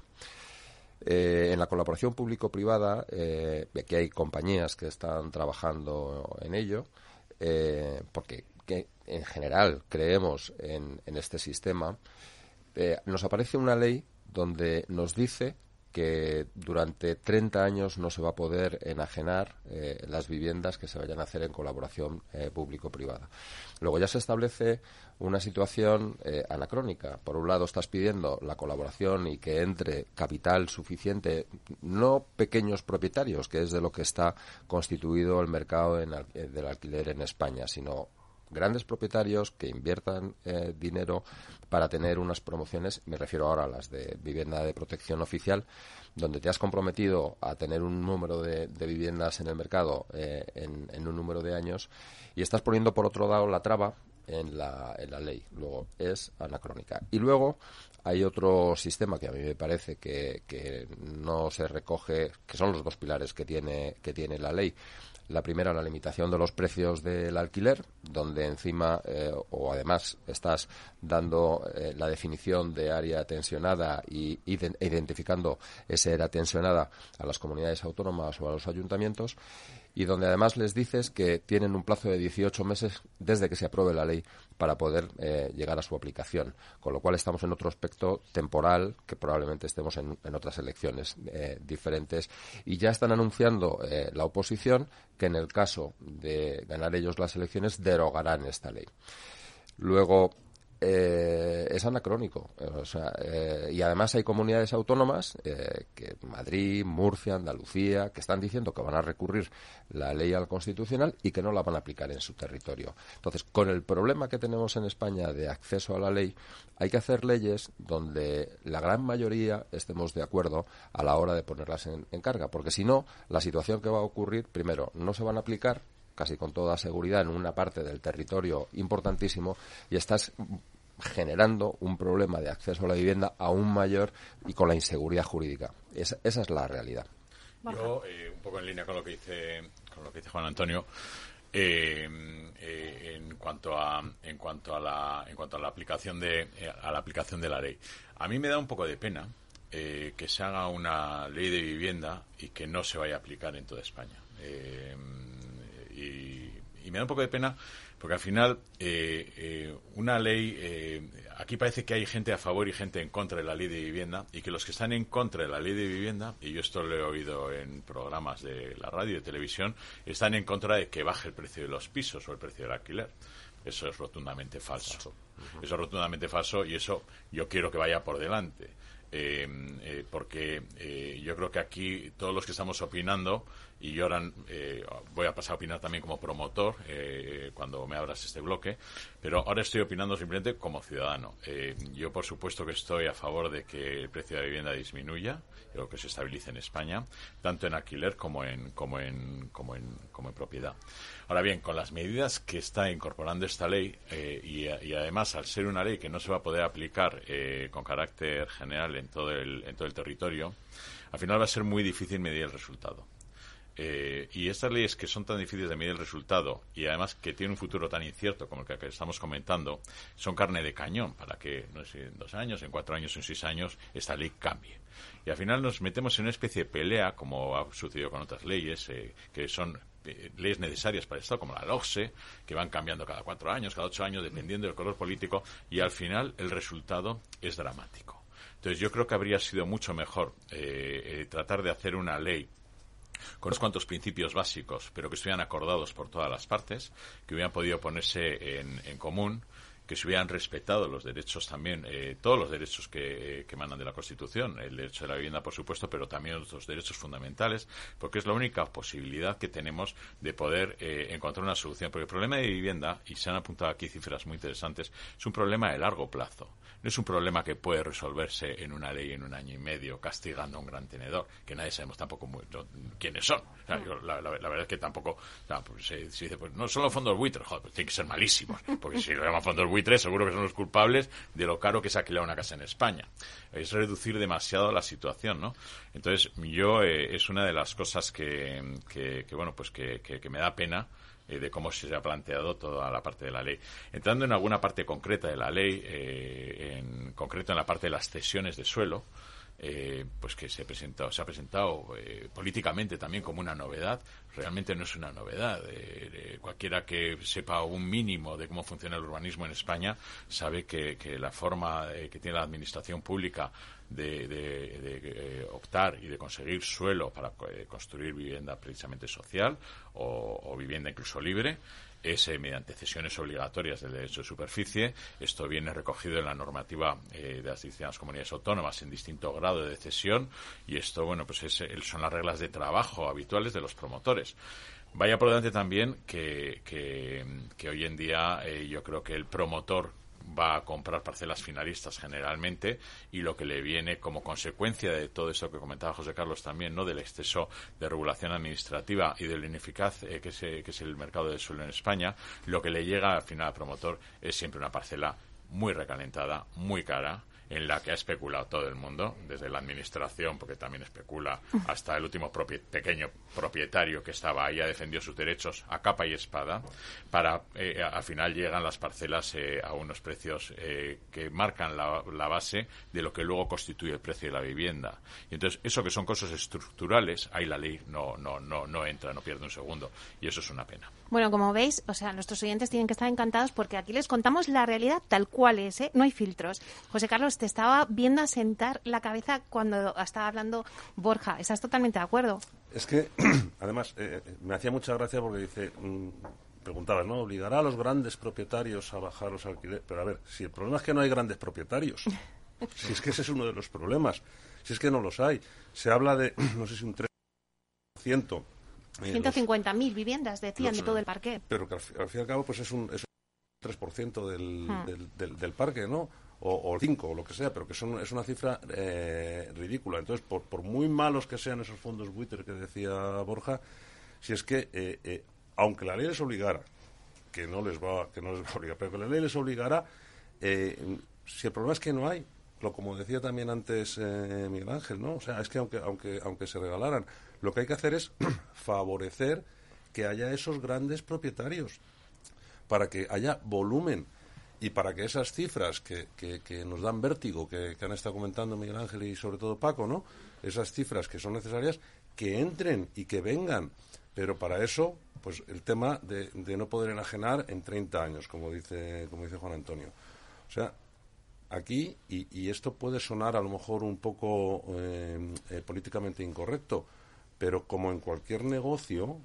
En la colaboración público-privada, que hay compañías que están trabajando en ello, porque en general creemos en este sistema, nos aparece una ley donde nos dice que durante 30 años no se va a poder enajenar las viviendas que se vayan a hacer en colaboración público-privada. Luego ya se establece una situación anacrónica. Por un lado estás pidiendo la colaboración y que entre capital suficiente, no pequeños propietarios, que es de lo que está constituido el mercado del alquiler en España, sino grandes propietarios que inviertan dinero para tener unas promociones, me refiero ahora a las de vivienda de protección oficial, donde te has comprometido a tener un número de viviendas en el mercado en un número de años y estás poniendo por otro lado la traba en la ley. Luego es anacrónica. Y luego hay otro sistema que a mí me parece que no se recoge, que son los dos pilares que tiene la ley. La primera, la limitación de los precios del alquiler, donde encima o además estás dando la definición de área tensionada y identificando esa área tensionada a las comunidades autónomas o a los ayuntamientos, y donde además les dices que tienen un plazo de 18 meses desde que se apruebe la ley para poder llegar a su aplicación, con lo cual estamos en otro aspecto temporal que probablemente estemos en otras elecciones diferentes, y ya están anunciando la oposición que en el caso de ganar ellos las elecciones derogarán esta ley. Luego es anacrónico, y además hay comunidades autónomas, que Madrid, Murcia, Andalucía, que están diciendo que van a recurrir la ley al Constitucional y que no la van a aplicar en su territorio. Entonces, con el problema que tenemos en España de acceso a la ley, hay que hacer leyes donde la gran mayoría estemos de acuerdo a la hora de ponerlas en carga, porque si no, la situación que va a ocurrir, primero, no se van a aplicar, casi con toda seguridad en una parte del territorio importantísimo y estás generando un problema de acceso a la vivienda aún mayor y con la inseguridad jurídica. Esa es la realidad. Yo, un poco en línea con lo que dice Juan Antonio, en cuanto a la aplicación de la ley, a mí me da un poco de pena que se haga una ley de vivienda y que no se vaya a aplicar en toda España. Y me da un poco de pena porque al final una ley, aquí parece que hay gente a favor y gente en contra de la ley de vivienda, y que los que están en contra de la ley de vivienda, y yo esto lo he oído en programas de la radio y de televisión, están en contra de que baje el precio de los pisos o el precio del alquiler. Eso es rotundamente falso. Eso es rotundamente falso, y eso yo quiero que vaya por delante. Porque yo creo que aquí todos los que estamos opinando, y yo ahora voy a pasar a opinar también como promotor cuando me abras este bloque, pero ahora estoy opinando simplemente como ciudadano. Yo por supuesto que estoy a favor de que el precio de la vivienda disminuya, o que se estabilice en España, tanto en alquiler como en propiedad. Ahora bien, con las medidas que está incorporando esta ley, y además al ser una ley que no se va a poder aplicar con carácter general en todo el territorio, al final va a ser muy difícil medir el resultado. Y estas leyes que son tan difíciles de medir el resultado y además que tienen un futuro tan incierto como el que estamos comentando, son carne de cañón para que, no sé, en 2 años, en 4 años, en 6 años, esta ley cambie. Y al final nos metemos en una especie de pelea, como ha sucedido con otras leyes, que son leyes necesarias para el Estado, como la LOGSE, que van cambiando cada 4 años, cada 8 años, dependiendo del color político, y al final el resultado es dramático. Entonces yo creo que habría sido mucho mejor tratar de hacer una ley con unos cuantos principios básicos, pero que estuvieran acordados por todas las partes, que hubieran podido ponerse en común, que se hubieran respetado los derechos también, todos los derechos que emanan de la Constitución, el derecho de la vivienda, por supuesto, pero también otros derechos fundamentales, porque es la única posibilidad que tenemos de poder encontrar una solución. Porque el problema de vivienda, y se han apuntado aquí cifras muy interesantes, es un problema de largo plazo. No es un problema que puede resolverse en una ley en 1 año y medio, castigando a un gran tenedor, que nadie sabemos tampoco quiénes son. O sea, la verdad es que tampoco, o sea, pues, se dice, pues no son los fondos buitres, joder, pues tienen que ser malísimos, porque si lo llaman fondos buitres, seguro que son los culpables de lo caro que es alquilar una casa en España. Es reducir demasiado la situación, ¿no? Entonces, yo es una de las cosas que bueno, pues que me da pena de cómo se ha planteado toda la parte de la ley. Entrando en alguna parte concreta de la ley, en concreto en la parte de las cesiones de suelo, pues que se ha presentado políticamente también como una novedad. Realmente no es una novedad. Cualquiera que sepa un mínimo de cómo funciona el urbanismo en España sabe que la forma que tiene la administración pública de optar y de conseguir suelo para construir vivienda precisamente social o vivienda incluso libre es mediante cesiones obligatorias del derecho de superficie. Esto viene recogido en la normativa de las distintas comunidades autónomas en distinto grado de cesión, y esto, bueno, pues son las reglas de trabajo habituales de los promotores. Vaya por delante también que hoy en día yo creo que el promotor va a comprar parcelas finalistas generalmente, y lo que le viene como consecuencia de todo eso que comentaba José Carlos también, ¿no?, del exceso de regulación administrativa y de lo ineficaz que es el mercado del suelo en España, lo que le llega al final al promotor es siempre una parcela muy recalentada, muy cara, en la que ha especulado todo el mundo, desde la administración, porque también especula, hasta el último pequeño propietario que estaba ahí, ha defendido sus derechos a capa y espada, para al final llegan las parcelas a unos precios que marcan la base de lo que luego constituye el precio de la vivienda. Y entonces, eso que son cosas estructurales, ahí la ley no entra, no pierde un segundo, y eso es una pena. Bueno, como veis, o sea, nuestros oyentes tienen que estar encantados porque aquí les contamos la realidad tal cual es, ¿eh? No hay filtros. José Carlos, te estaba viendo asentar la cabeza cuando estaba hablando Borja. ¿Estás totalmente de acuerdo? Es que, además, me hacía mucha gracia porque dice, preguntabas, ¿no?, ¿obligará a los grandes propietarios a bajar los alquileres? Pero a ver, si el problema es que no hay grandes propietarios, si es que ese es uno de los problemas, si es que no los hay. Se habla de, no sé si un 3%. 150.000 viviendas, decían, de todo el parque. Pero que al fin y al cabo pues es un 3% del parque, ¿no? O 5, o lo que sea, pero que es una cifra ridícula. Entonces, por muy malos que sean esos fondos buitre que decía Borja, si es que aunque la ley les obligara, que no les va a obligar, pero que la ley les obligara, si el problema es que no hay, como decía también antes Miguel Ángel, ¿no? O sea, es que aunque se regalaran, lo que hay que hacer es favorecer que haya esos grandes propietarios, para que haya volumen y para que esas cifras que nos dan vértigo, que han estado comentando Miguel Ángel y sobre todo Paco, ¿no? Esas cifras que son necesarias, que entren y que vengan. Pero para eso, pues el tema de no poder enajenar en 30 años, como dice Juan Antonio. O sea, aquí, y esto puede sonar a lo mejor un poco políticamente incorrecto, pero como en cualquier negocio,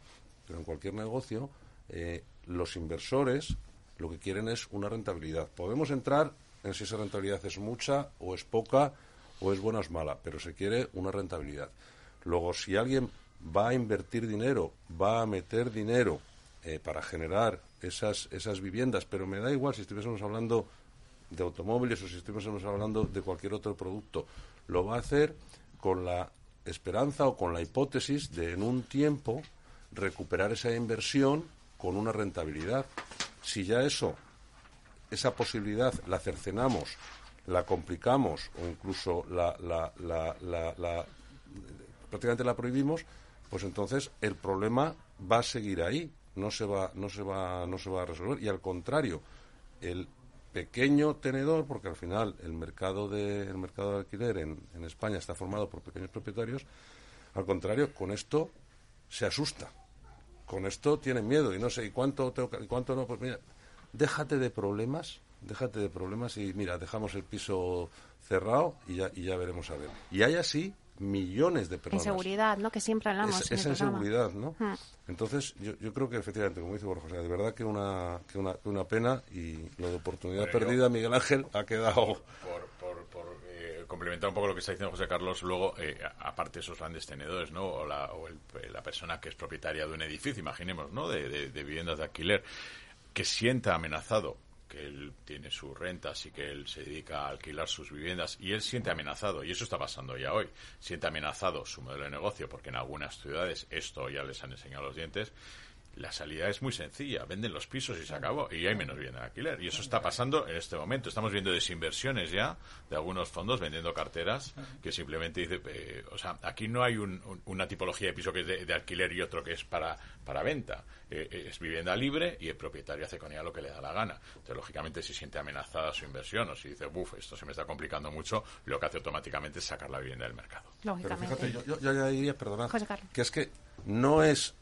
los inversores lo que quieren es una rentabilidad. Podemos entrar en si esa rentabilidad es mucha o es poca o es buena o es mala, pero se quiere una rentabilidad. Luego, si alguien va a invertir dinero, va a meter dinero para generar esas viviendas, pero me da igual si estuviésemos hablando de automóviles o si estuviésemos hablando de cualquier otro producto, lo va a hacer con la esperanza o con la hipótesis de en un tiempo recuperar esa inversión con una rentabilidad. Si ya esa posibilidad la cercenamos, la complicamos o incluso prácticamente la prohibimos, pues entonces el problema va a seguir ahí, no se va a resolver. Y al contrario, el pequeño tenedor, porque al final el mercado de alquiler en España está formado por pequeños propietarios, al contrario, con esto se asusta. Con esto tienen miedo y no sé, ¿y cuánto no? Pues mira, déjate de problemas y mira, dejamos el piso cerrado y ya veremos a ver. Y hay así millones de personas. Inseguridad, ¿no? Que siempre hablamos en el esa programa. Inseguridad, ¿no? Entonces, yo creo que efectivamente, como dice Borja, o sea, de verdad que una pena, y lo de oportunidad perdida, Miguel Ángel, ha quedado... Por complementar un poco lo que está diciendo José Carlos, luego, aparte de esos grandes tenedores, ¿no? O la persona que es propietaria de un edificio, imaginemos, ¿no? De viviendas de alquiler, que sienta amenazado que él tiene sus rentas y que él se dedica a alquilar sus viviendas, y él siente amenazado, y eso está pasando ya hoy, siente amenazado su modelo de negocio, porque en algunas ciudades esto ya les han enseñado los dientes. La salida es muy sencilla, venden los pisos y se acabó, y hay menos vivienda de alquiler, y eso está pasando en este momento. Estamos viendo desinversiones ya de algunos fondos vendiendo carteras que simplemente dice, o sea, aquí no hay una tipología de piso que es de alquiler y otro que es para venta, es vivienda libre y el propietario hace con ella lo que le da la gana. Entonces, lógicamente, si siente amenazada su inversión o si dice, esto se me está complicando mucho, lo que hace automáticamente es sacar la vivienda del mercado. Lógicamente. Pero fíjate, yo ya diría, perdonad, que es que no es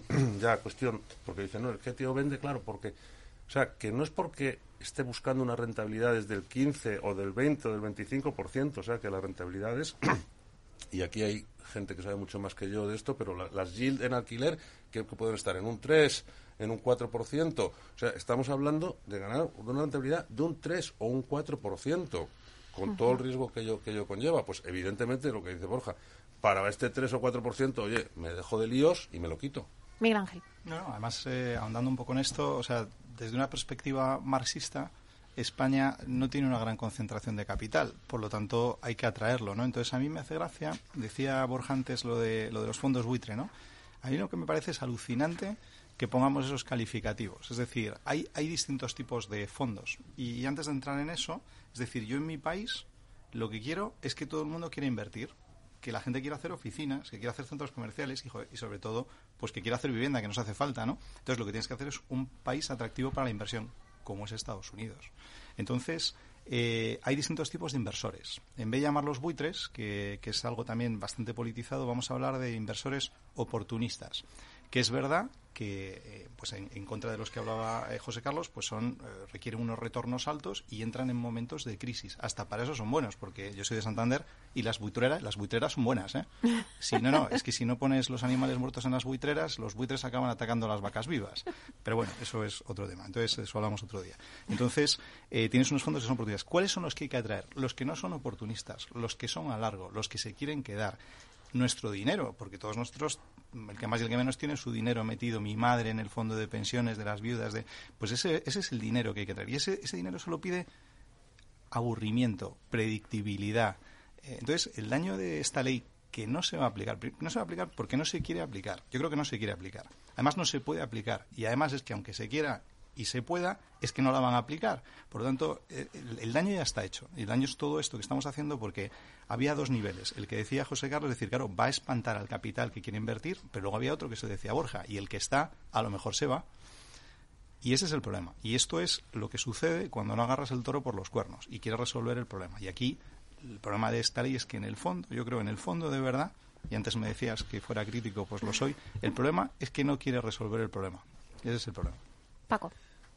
ya cuestión, porque dicen, no, el que tío vende, claro, porque, o sea, que no es porque esté buscando una rentabilidad desde el 15 o del 20 o del 25%, o sea, que la rentabilidad es, y aquí hay gente que sabe mucho más que yo de esto, pero las yield en alquiler, que pueden estar en un 3, en un 4%, o sea, estamos hablando de ganar una rentabilidad de un 3 o un 4%, con todo el riesgo que ello conlleva. Pues evidentemente, lo que dice Borja, para este 3 o 4%, oye, me dejo de líos y me lo quito. Miguel Ángel. No, además, ahondando un poco en esto, o sea, desde una perspectiva marxista, España no tiene una gran concentración de capital, por lo tanto hay que atraerlo, ¿no? Entonces a mí me hace gracia, decía Borja antes lo de los fondos buitre, ¿no? A mí lo que me parece es alucinante que pongamos esos calificativos, es decir, hay distintos tipos de fondos, y antes de entrar en eso, es decir, yo en mi país lo que quiero es que todo el mundo quiera invertir, que la gente quiera hacer oficinas, que quiera hacer centros comerciales y sobre todo, pues que quiera hacer vivienda, que nos hace falta, ¿no? Entonces lo que tienes que hacer es un país atractivo para la inversión, como es Estados Unidos. Entonces, hay distintos tipos de inversores. En vez de llamarlos buitres, que es algo también bastante politizado, vamos a hablar de inversores oportunistas, que es verdad que pues en contra de los que hablaba José Carlos, pues requieren unos retornos altos y entran en momentos de crisis. Hasta para eso son buenos, porque yo soy de Santander y las buitreras son buenas, ¿eh? Sí, no, es que si no pones los animales muertos en las buitreras, los buitres acaban atacando a las vacas vivas. Pero bueno, eso es otro tema. Entonces, eso hablamos otro día. Entonces, tienes unos fondos que son oportunistas. ¿Cuáles son los que hay que atraer? Los que no son oportunistas, los que son a largo, los que se quieren quedar. Nuestro dinero, porque todos nosotros, el que más y el que menos tiene su dinero metido, mi madre en el fondo de pensiones de las viudas, pues ese es el dinero que hay que traer. Y ese dinero solo pide aburrimiento, predictibilidad. Entonces, el daño de esta ley, que no se va a aplicar. No se va a aplicar porque no se quiere aplicar. Yo creo que no se quiere aplicar. Además, no se puede aplicar. Y además es que aunque se quiera y se pueda, es que no la van a aplicar. Por lo tanto, el daño ya está hecho. Y el daño es todo esto que estamos haciendo porque había dos niveles. El que decía José Carlos, es decir, claro, va a espantar al capital que quiere invertir, pero luego había otro que se decía Borja, y el que está, a lo mejor se va. Y ese es el problema. Y esto es lo que sucede cuando no agarras el toro por los cuernos y quieres resolver el problema. Y aquí, el problema de esta ley es que en el fondo, yo creo en el fondo de verdad, y antes me decías que fuera crítico, pues lo soy, el problema es que no quiere resolver el problema. Ese es el problema. Paco.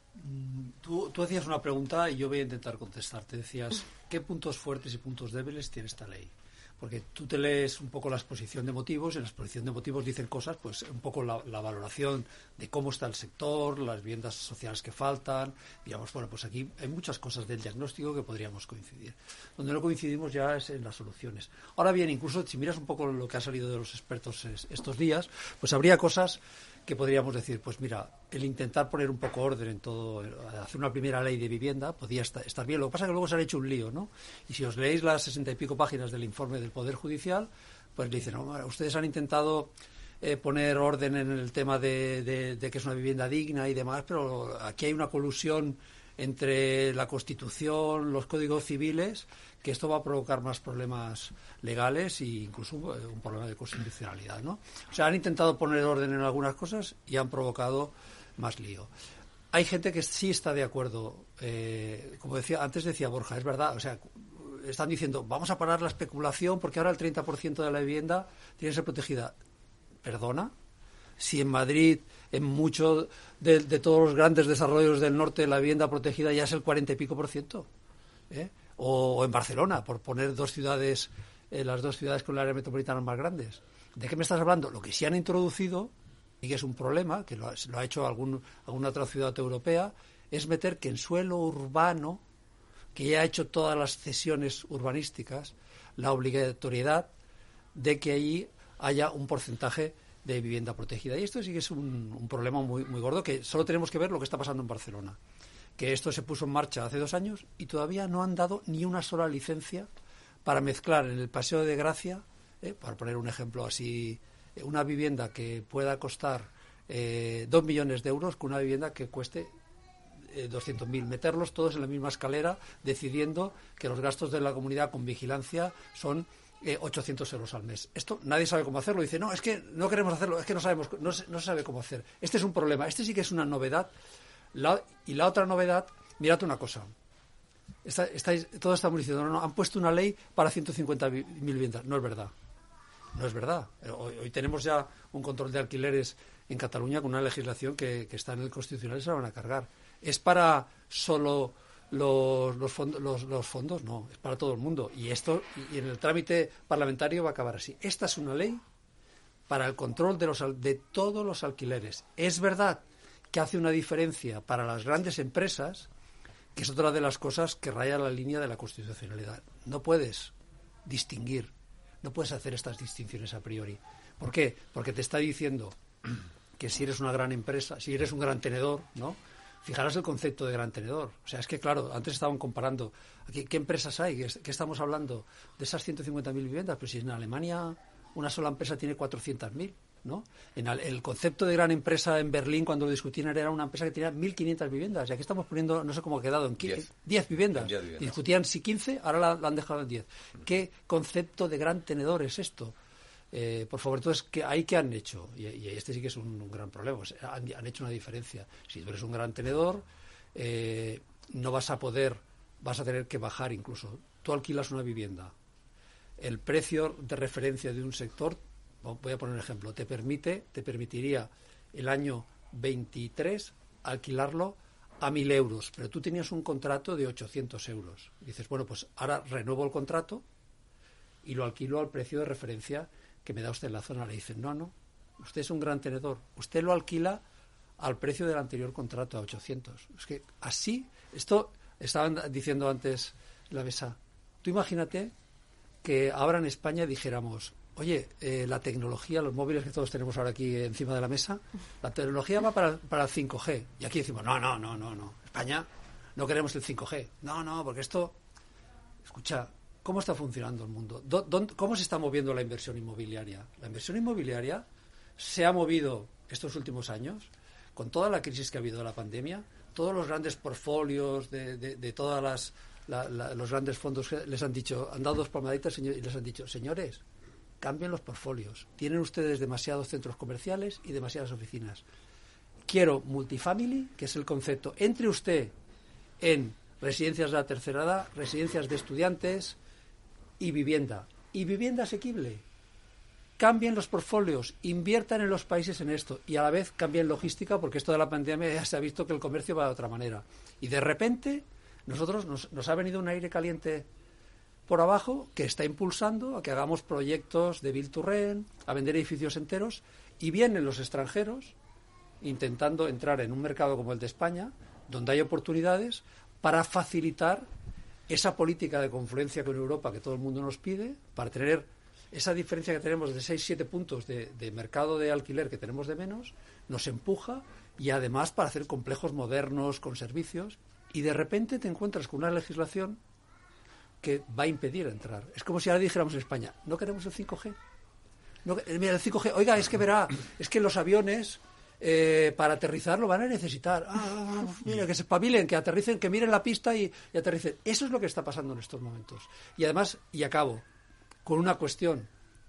Tú hacías una pregunta y yo voy a intentar contestarte. Decías, ¿qué puntos fuertes y puntos débiles tiene esta ley? Porque tú te lees un poco la exposición de motivos, y en la exposición de motivos dicen cosas, pues un poco la valoración de cómo está el sector, las viviendas sociales que faltan, digamos, bueno, pues aquí hay muchas cosas del diagnóstico que podríamos coincidir. Donde no coincidimos ya es en las soluciones. Ahora bien, incluso si miras un poco lo que ha salido de los expertos estos días, pues habría cosas que podríamos decir, pues mira, el intentar poner un poco orden en todo, hacer una primera ley de vivienda, podría estar bien. Lo que pasa es que luego se han hecho un lío, ¿no? Y si os leéis las 60 y pico páginas del informe del Poder Judicial, pues le dicen, no, ustedes han intentado poner orden en el tema de que es una vivienda digna y demás, pero aquí hay una colusión entre la Constitución, los códigos civiles, que esto va a provocar más problemas legales e incluso un problema de constitucionalidad, ¿no? O sea, han intentado poner orden en algunas cosas y han provocado más lío. Hay gente que sí está de acuerdo, como antes decía Borja, es verdad, o sea, están diciendo, vamos a parar la especulación porque ahora el 30% de la vivienda tiene que ser protegida. ¿Perdona? Si en Madrid, en muchos de todos los grandes desarrollos del norte, la vivienda protegida ya es el 40 y pico %, ¿eh? O en Barcelona, por poner dos ciudades, las dos ciudades con el área metropolitana más grandes. ¿De qué me estás hablando? Lo que sí han introducido, y que es un problema, que lo ha hecho alguna otra ciudad europea, es meter que en suelo urbano, que ya ha hecho todas las cesiones urbanísticas, la obligatoriedad de que allí haya un porcentaje de vivienda protegida. Y esto sí que es un problema muy, muy gordo, que solo tenemos que ver lo que está pasando en Barcelona. Que esto se puso en marcha hace 2 años y todavía no han dado ni una sola licencia para mezclar en el Paseo de Gracia, para poner un ejemplo así, una vivienda que pueda costar 2 millones de euros con una vivienda que cueste 200.000. Meterlos todos en la misma escalera, decidiendo que los gastos de la comunidad con vigilancia son 800 euros al mes. Esto nadie sabe cómo hacerlo. Dice, no, es que no queremos hacerlo, es que no se sabe cómo hacer. Este es un problema. Este sí que es una novedad. Y la otra novedad, mirad una cosa. Todos estamos diciendo, no, han puesto una ley para 150.000 viviendas. No es verdad. No es verdad. Hoy tenemos ya un control de alquileres en Cataluña con una legislación que está en el Constitucional y se la van a cargar. ¿Es para solo los fondos? No, es para todo el mundo. Y en el trámite parlamentario va a acabar así. Esta es una ley para el control de todos los alquileres. Es verdad que hace una diferencia para las grandes empresas, que es otra de las cosas que raya la línea de la constitucionalidad. No puedes distinguir, no puedes hacer estas distinciones a priori. ¿Por qué? Porque te está diciendo que si eres una gran empresa, si eres un gran tenedor, ¿no? Fijaros el concepto de gran tenedor. O sea, es que claro, antes estaban comparando aquí, ¿qué empresas hay? ¿Qué estamos hablando? De esas 150.000 viviendas, pues si en Alemania una sola empresa tiene 400.000. ¿No? El concepto de gran empresa en Berlín, cuando lo discutían, era una empresa que tenía 1.500 viviendas. Y aquí estamos poniendo, no sé cómo ha quedado, en 10 viviendas. Discutían si 15, ahora la han dejado en 10. ¿Qué concepto de gran tenedor es esto? Por favor, entonces, ¿qué han hecho? Y este sí que es un gran problema. Pues, han hecho una diferencia. Si tú eres un gran tenedor, no vas a poder, vas a tener que bajar incluso. Tú alquilas una vivienda. El precio de referencia de un sector, voy a poner un ejemplo, te permitiría el año 23 alquilarlo a 1.000 euros, pero tú tenías un contrato de 800 euros. Y dices, bueno, pues ahora renuevo el contrato y lo alquilo al precio de referencia que me da usted en la zona. Le dicen, no, usted es un gran tenedor, usted lo alquila al precio del anterior contrato, a 800. Es que así, esto estaban diciendo antes en la mesa, tú imagínate que ahora en España dijéramos, oye, la tecnología, los móviles que todos tenemos ahora aquí encima de la mesa, la tecnología va para el 5G. Y aquí decimos, no. España, no queremos el 5G. No, porque esto, escucha, ¿cómo está funcionando el mundo? ¿Cómo se está moviendo la inversión inmobiliaria? La inversión inmobiliaria se ha movido estos últimos años, con toda la crisis que ha habido de la pandemia, todos los grandes portfolios de todas los grandes fondos que les han dicho, han dado 2 palmaditas y les han dicho, señores, cambien los portfolios. Tienen ustedes demasiados centros comerciales y demasiadas oficinas. Quiero multifamily, que es el concepto. Entre usted en residencias de la tercera edad, residencias de estudiantes y vivienda. Y vivienda asequible. Cambien los portfolios, inviertan en los países en esto y a la vez cambien logística, porque esto de la pandemia ya se ha visto que el comercio va de otra manera. Y de repente nosotros nos ha venido un aire caliente por abajo que está impulsando a que hagamos proyectos de build to rent, a vender edificios enteros, y vienen los extranjeros intentando entrar en un mercado como el de España, donde hay oportunidades para facilitar esa política de confluencia con Europa que todo el mundo nos pide, para tener esa diferencia que tenemos de 6-7 puntos de mercado de alquiler que tenemos de menos, nos empuja, y además para hacer complejos modernos con servicios, y de repente te encuentras con una legislación que va a impedir entrar. Es como si ahora dijéramos en España, no queremos el 5G. Mira, el 5G, oiga, es que verá, es que los aviones para aterrizar lo van a necesitar. Mira, que se espabilen, que aterricen, que miren la pista y aterricen. Eso es lo que está pasando en estos momentos. Y además, y acabo con una cuestión,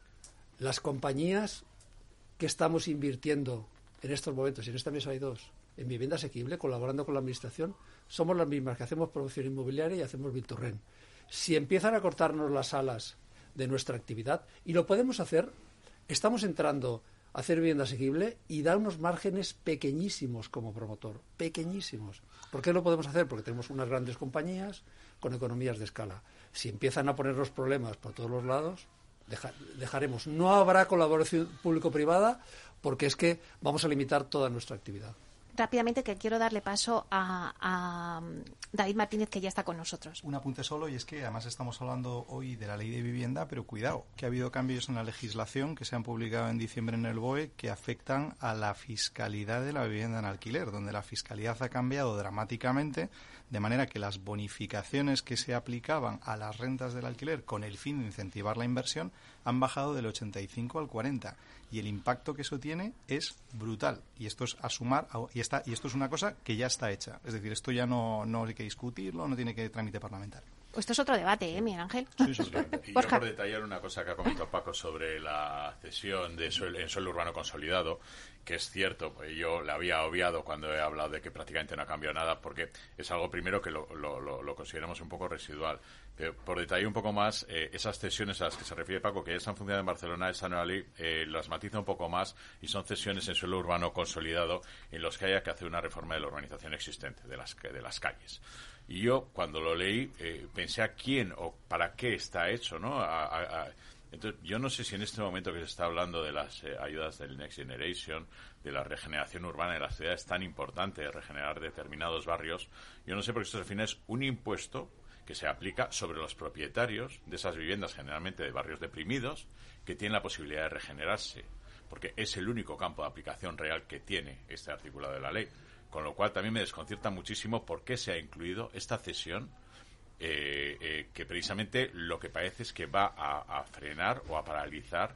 las compañías que estamos invirtiendo en estos momentos, y en esta mesa hay 2, en vivienda asequible, colaborando con la administración, somos las mismas que hacemos promoción inmobiliaria y hacemos build to rent. Si empiezan a cortarnos las alas de nuestra actividad, y lo podemos hacer, estamos entrando a hacer vivienda asequible y dar unos márgenes pequeñísimos como promotor, pequeñísimos. ¿Por qué lo podemos hacer? Porque tenemos unas grandes compañías con economías de escala. Si empiezan a ponernos problemas por todos los lados, dejaremos. No habrá colaboración público-privada porque es que vamos a limitar toda nuestra actividad. Rápidamente, que quiero darle paso a David Martínez, que ya está con nosotros. Un apunte solo, y es que además estamos hablando hoy de la ley de vivienda, pero cuidado, que ha habido cambios en la legislación que se han publicado en diciembre en el BOE que afectan a la fiscalidad de la vivienda en alquiler, donde la fiscalidad ha cambiado dramáticamente, de manera que las bonificaciones que se aplicaban a las rentas del alquiler con el fin de incentivar la inversión han bajado del 85 al 40%. Y el impacto que eso tiene es brutal. Y esto es a sumar, y esto es una cosa que ya está hecha. Es decir, esto ya no hay que discutirlo, no tiene que trámite parlamentario. Esto es otro debate, Miguel Ángel. Sí. Y yo por detallar una cosa que ha comentado Paco sobre la cesión en suelo urbano consolidado, que es cierto, pues yo la había obviado cuando he hablado de que prácticamente no ha cambiado nada, porque es algo primero que lo consideramos un poco residual. Pero por detallar un poco más, esas cesiones a las que se refiere Paco, que ya están funcionando en Barcelona, esta nueva ley las matiza un poco más, y son cesiones en suelo urbano consolidado en los que haya que hacer una reforma de la urbanización existente, de las calles. Y yo, cuando lo leí, pensé a quién o para qué está hecho, ¿no? Entonces, yo no sé si en este momento que se está hablando de las ayudas del Next Generation, de la regeneración urbana de las ciudades, tan importante de regenerar determinados barrios, yo no sé, porque esto al final es un impuesto que se aplica sobre los propietarios de esas viviendas, generalmente de barrios deprimidos, que tienen la posibilidad de regenerarse, porque es el único campo de aplicación real que tiene este articulado de la ley. Con lo cual también me desconcierta muchísimo por qué se ha incluido esta cesión, que precisamente lo que parece es que va a frenar o a paralizar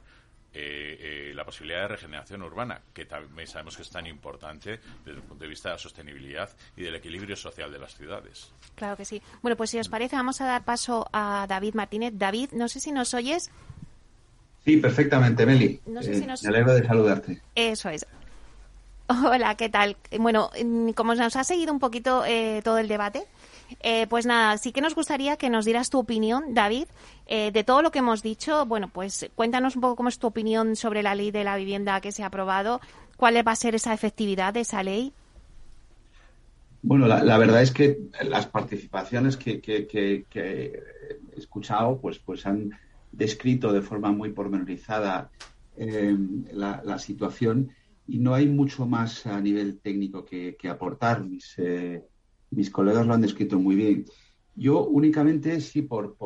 la posibilidad de regeneración urbana, que también sabemos que es tan importante desde el punto de vista de la sostenibilidad y del equilibrio social de las ciudades. Claro que sí. Bueno, pues si os parece, vamos a dar paso a David Martínez. David, no sé si nos oyes. Sí, perfectamente, Meli. No sé si me alegro de saludarte. Eso es. Hola, ¿qué tal? Bueno, como nos ha seguido un poquito todo el debate, pues nada, sí que nos gustaría que nos dieras tu opinión, David, de todo lo que hemos dicho. Bueno, pues cuéntanos un poco cómo es tu opinión sobre la ley de la vivienda que se ha aprobado, cuál va a ser esa efectividad de esa ley. Bueno, la verdad es que las participaciones que he escuchado pues han descrito de forma muy pormenorizada la situación. Y no hay mucho más a nivel técnico que aportar. Mis colegas lo han descrito muy bien. Yo únicamente, sí, por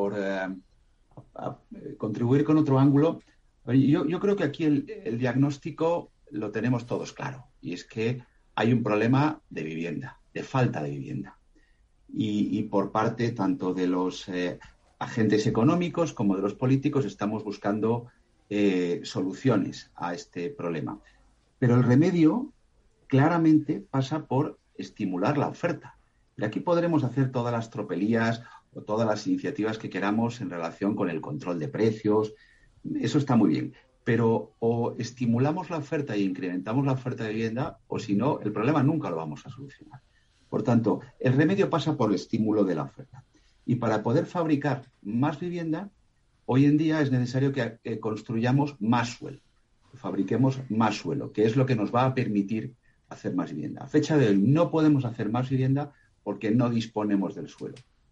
contribuir con otro ángulo, yo creo que aquí el diagnóstico lo tenemos todos claro. Y es que hay un problema de vivienda, de falta de vivienda. Y por parte tanto de los agentes económicos como de los políticos estamos buscando soluciones a este problema. Pero el remedio claramente pasa por estimular la oferta. Y aquí podremos hacer todas las tropelías o todas las iniciativas que queramos en relación con el control de precios. Eso está muy bien. Pero o estimulamos la oferta y incrementamos la oferta de vivienda, o si no, el problema nunca lo vamos a solucionar. Por tanto, el remedio pasa por el estímulo de la oferta. Y para poder fabricar más vivienda, hoy en día es necesario que construyamos más suelo, que fabriquemos más suelo, que es lo que nos va a permitir hacer más vivienda. A fecha de hoy no podemos hacer más vivienda porque no disponemos del suelo.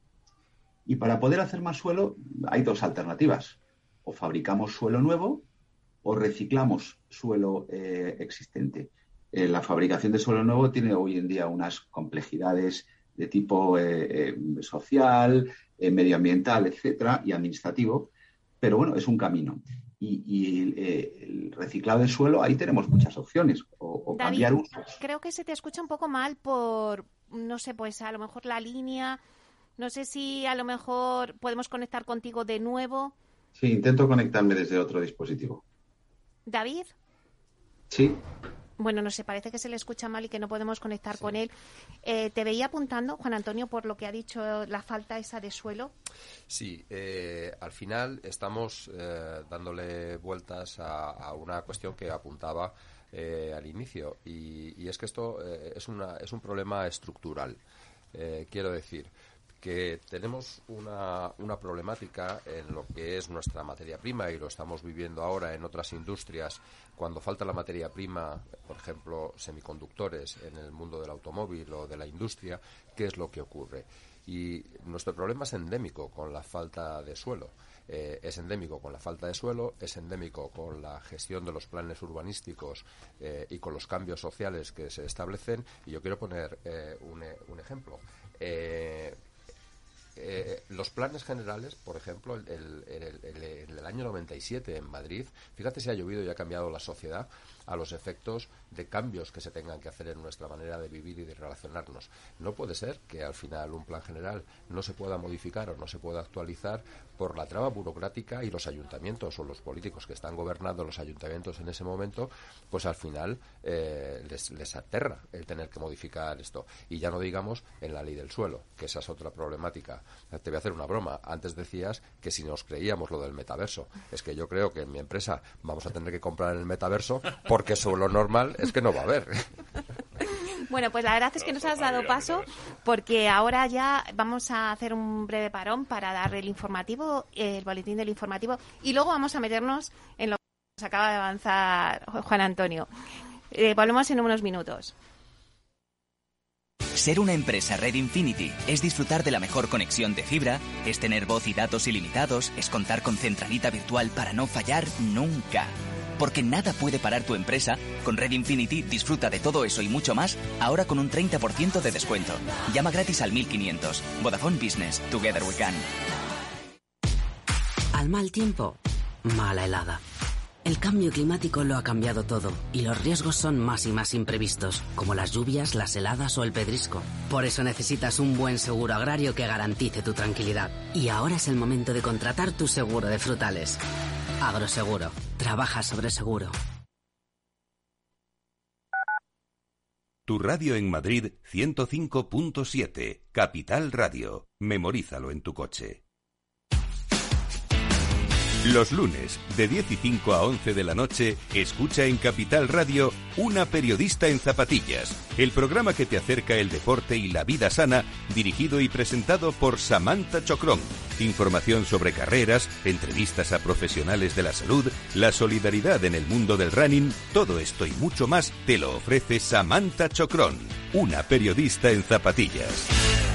Y para poder hacer más suelo hay dos alternativas. O fabricamos suelo nuevo o reciclamos suelo existente. La fabricación de suelo nuevo tiene hoy en día unas complejidades de tipo social, medioambiental, etcétera, y administrativo, pero bueno, es un camino. Y el reciclado de suelo, ahí tenemos muchas opciones, o David, cambiar usos. Creo que se te escucha un poco mal por, no sé, pues a lo mejor la línea, no sé si a lo mejor podemos conectar contigo de nuevo. Sí, intento conectarme desde otro dispositivo. ¿David? Sí. Bueno, no sé, parece que se le escucha mal y que no podemos conectar con él. Te veía apuntando, Juan Antonio, por lo que ha dicho la falta esa de suelo. Sí, al final estamos dándole vueltas a una cuestión que apuntaba al inicio, y es que esto es un problema estructural. Quiero decir que tenemos una problemática en lo que es nuestra materia prima, y lo estamos viviendo ahora en otras industrias. Cuando falta la materia prima, por ejemplo, semiconductores en el mundo del automóvil o de la industria, ¿qué es lo que ocurre? Y nuestro problema es endémico con la falta de suelo. Es endémico con la falta de suelo, es endémico con la gestión de los planes urbanísticos y con los cambios sociales que se establecen. Y yo quiero poner un ejemplo. Los planes generales, por ejemplo, en el año 97 en Madrid, fíjate si ha llovido y ha cambiado la sociedad a los efectos de cambios que se tengan que hacer en nuestra manera de vivir y de relacionarnos. No puede ser que al final un plan general no se pueda modificar o no se pueda actualizar por la traba burocrática, y los ayuntamientos o los políticos que están gobernando los ayuntamientos en ese momento, pues al final les aterra el tener que modificar esto. Y ya no digamos en la ley del suelo, que esa es otra problemática. Te voy a hacer una broma. Antes decías que si nos creíamos lo del metaverso. Es que yo creo que en mi empresa vamos a tener que comprar en el metaverso, porque eso lo normal es que no va a haber. Bueno, pues la verdad es que nos has dado paso, porque ahora ya vamos a hacer un breve parón para dar el informativo, el boletín del informativo, y luego vamos a meternos en lo que nos acaba de avanzar Juan Antonio. Volvemos en unos minutos. Ser una empresa Red Infinity es disfrutar de la mejor conexión de fibra, es tener voz y datos ilimitados, es contar con centralita virtual para no fallar nunca. Porque nada puede parar tu empresa. Con Red Infinity disfruta de todo eso y mucho más, ahora con un 30% de descuento. Llama gratis al 1500. Vodafone Business. Together we can. Al mal tiempo, mala helada. El cambio climático lo ha cambiado todo, y los riesgos son más y más imprevistos, como las lluvias, las heladas o el pedrisco. Por eso necesitas un buen seguro agrario que garantice tu tranquilidad. Y ahora es el momento de contratar tu seguro de frutales. Agroseguro. Trabaja sobre seguro. Tu radio en Madrid 105.7. Capital Radio. Memorízalo en tu coche. Los lunes, de 10 y 5 a 11 de la noche, escucha en Capital Radio Una periodista en zapatillas, el programa que te acerca el deporte y la vida sana, dirigido y presentado por Samantha Chocrón. Información sobre carreras, entrevistas a profesionales de la salud, la solidaridad en el mundo del running, todo esto y mucho más te lo ofrece Samantha Chocrón, una periodista en zapatillas.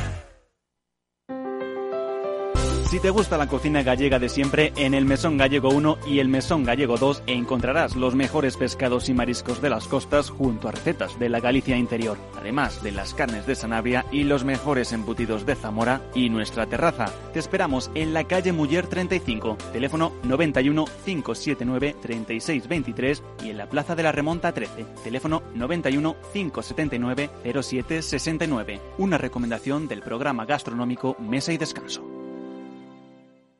Si te gusta la cocina gallega de siempre, en el Mesón Gallego 1 y el Mesón Gallego 2 encontrarás los mejores pescados y mariscos de las costas junto a recetas de la Galicia interior, además de las carnes de Sanabria y los mejores embutidos de Zamora y nuestra terraza. Te esperamos en la calle Muller 35, teléfono 91 579 3623, y en la Plaza de la Remonta 13, teléfono 91 579 0769. Una recomendación del programa gastronómico Mesa y Descanso.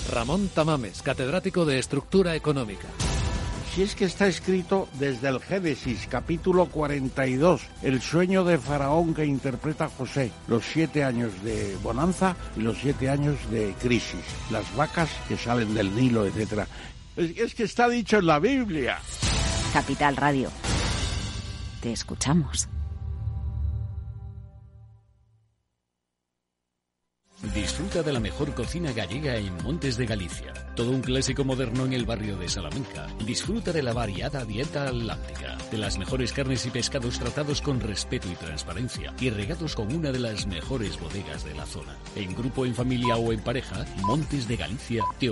Ramón Tamames, catedrático de Estructura Económica. Si es que está escrito desde el Génesis, capítulo 42, el sueño de Faraón que interpreta José, los 7 años de bonanza y los 7 años de crisis, las vacas que salen del Nilo, etcétera. Es que está dicho en la Biblia. Capital Radio. Te escuchamos. Disfruta de la mejor cocina gallega en Montes de Galicia. Todo un clásico moderno en el barrio de Salamanca. Disfruta de la variada dieta atlántica, de las mejores carnes y pescados tratados con respeto y transparencia y regados con una de las mejores bodegas de la zona. En grupo, en familia o en pareja, Montes de Galicia te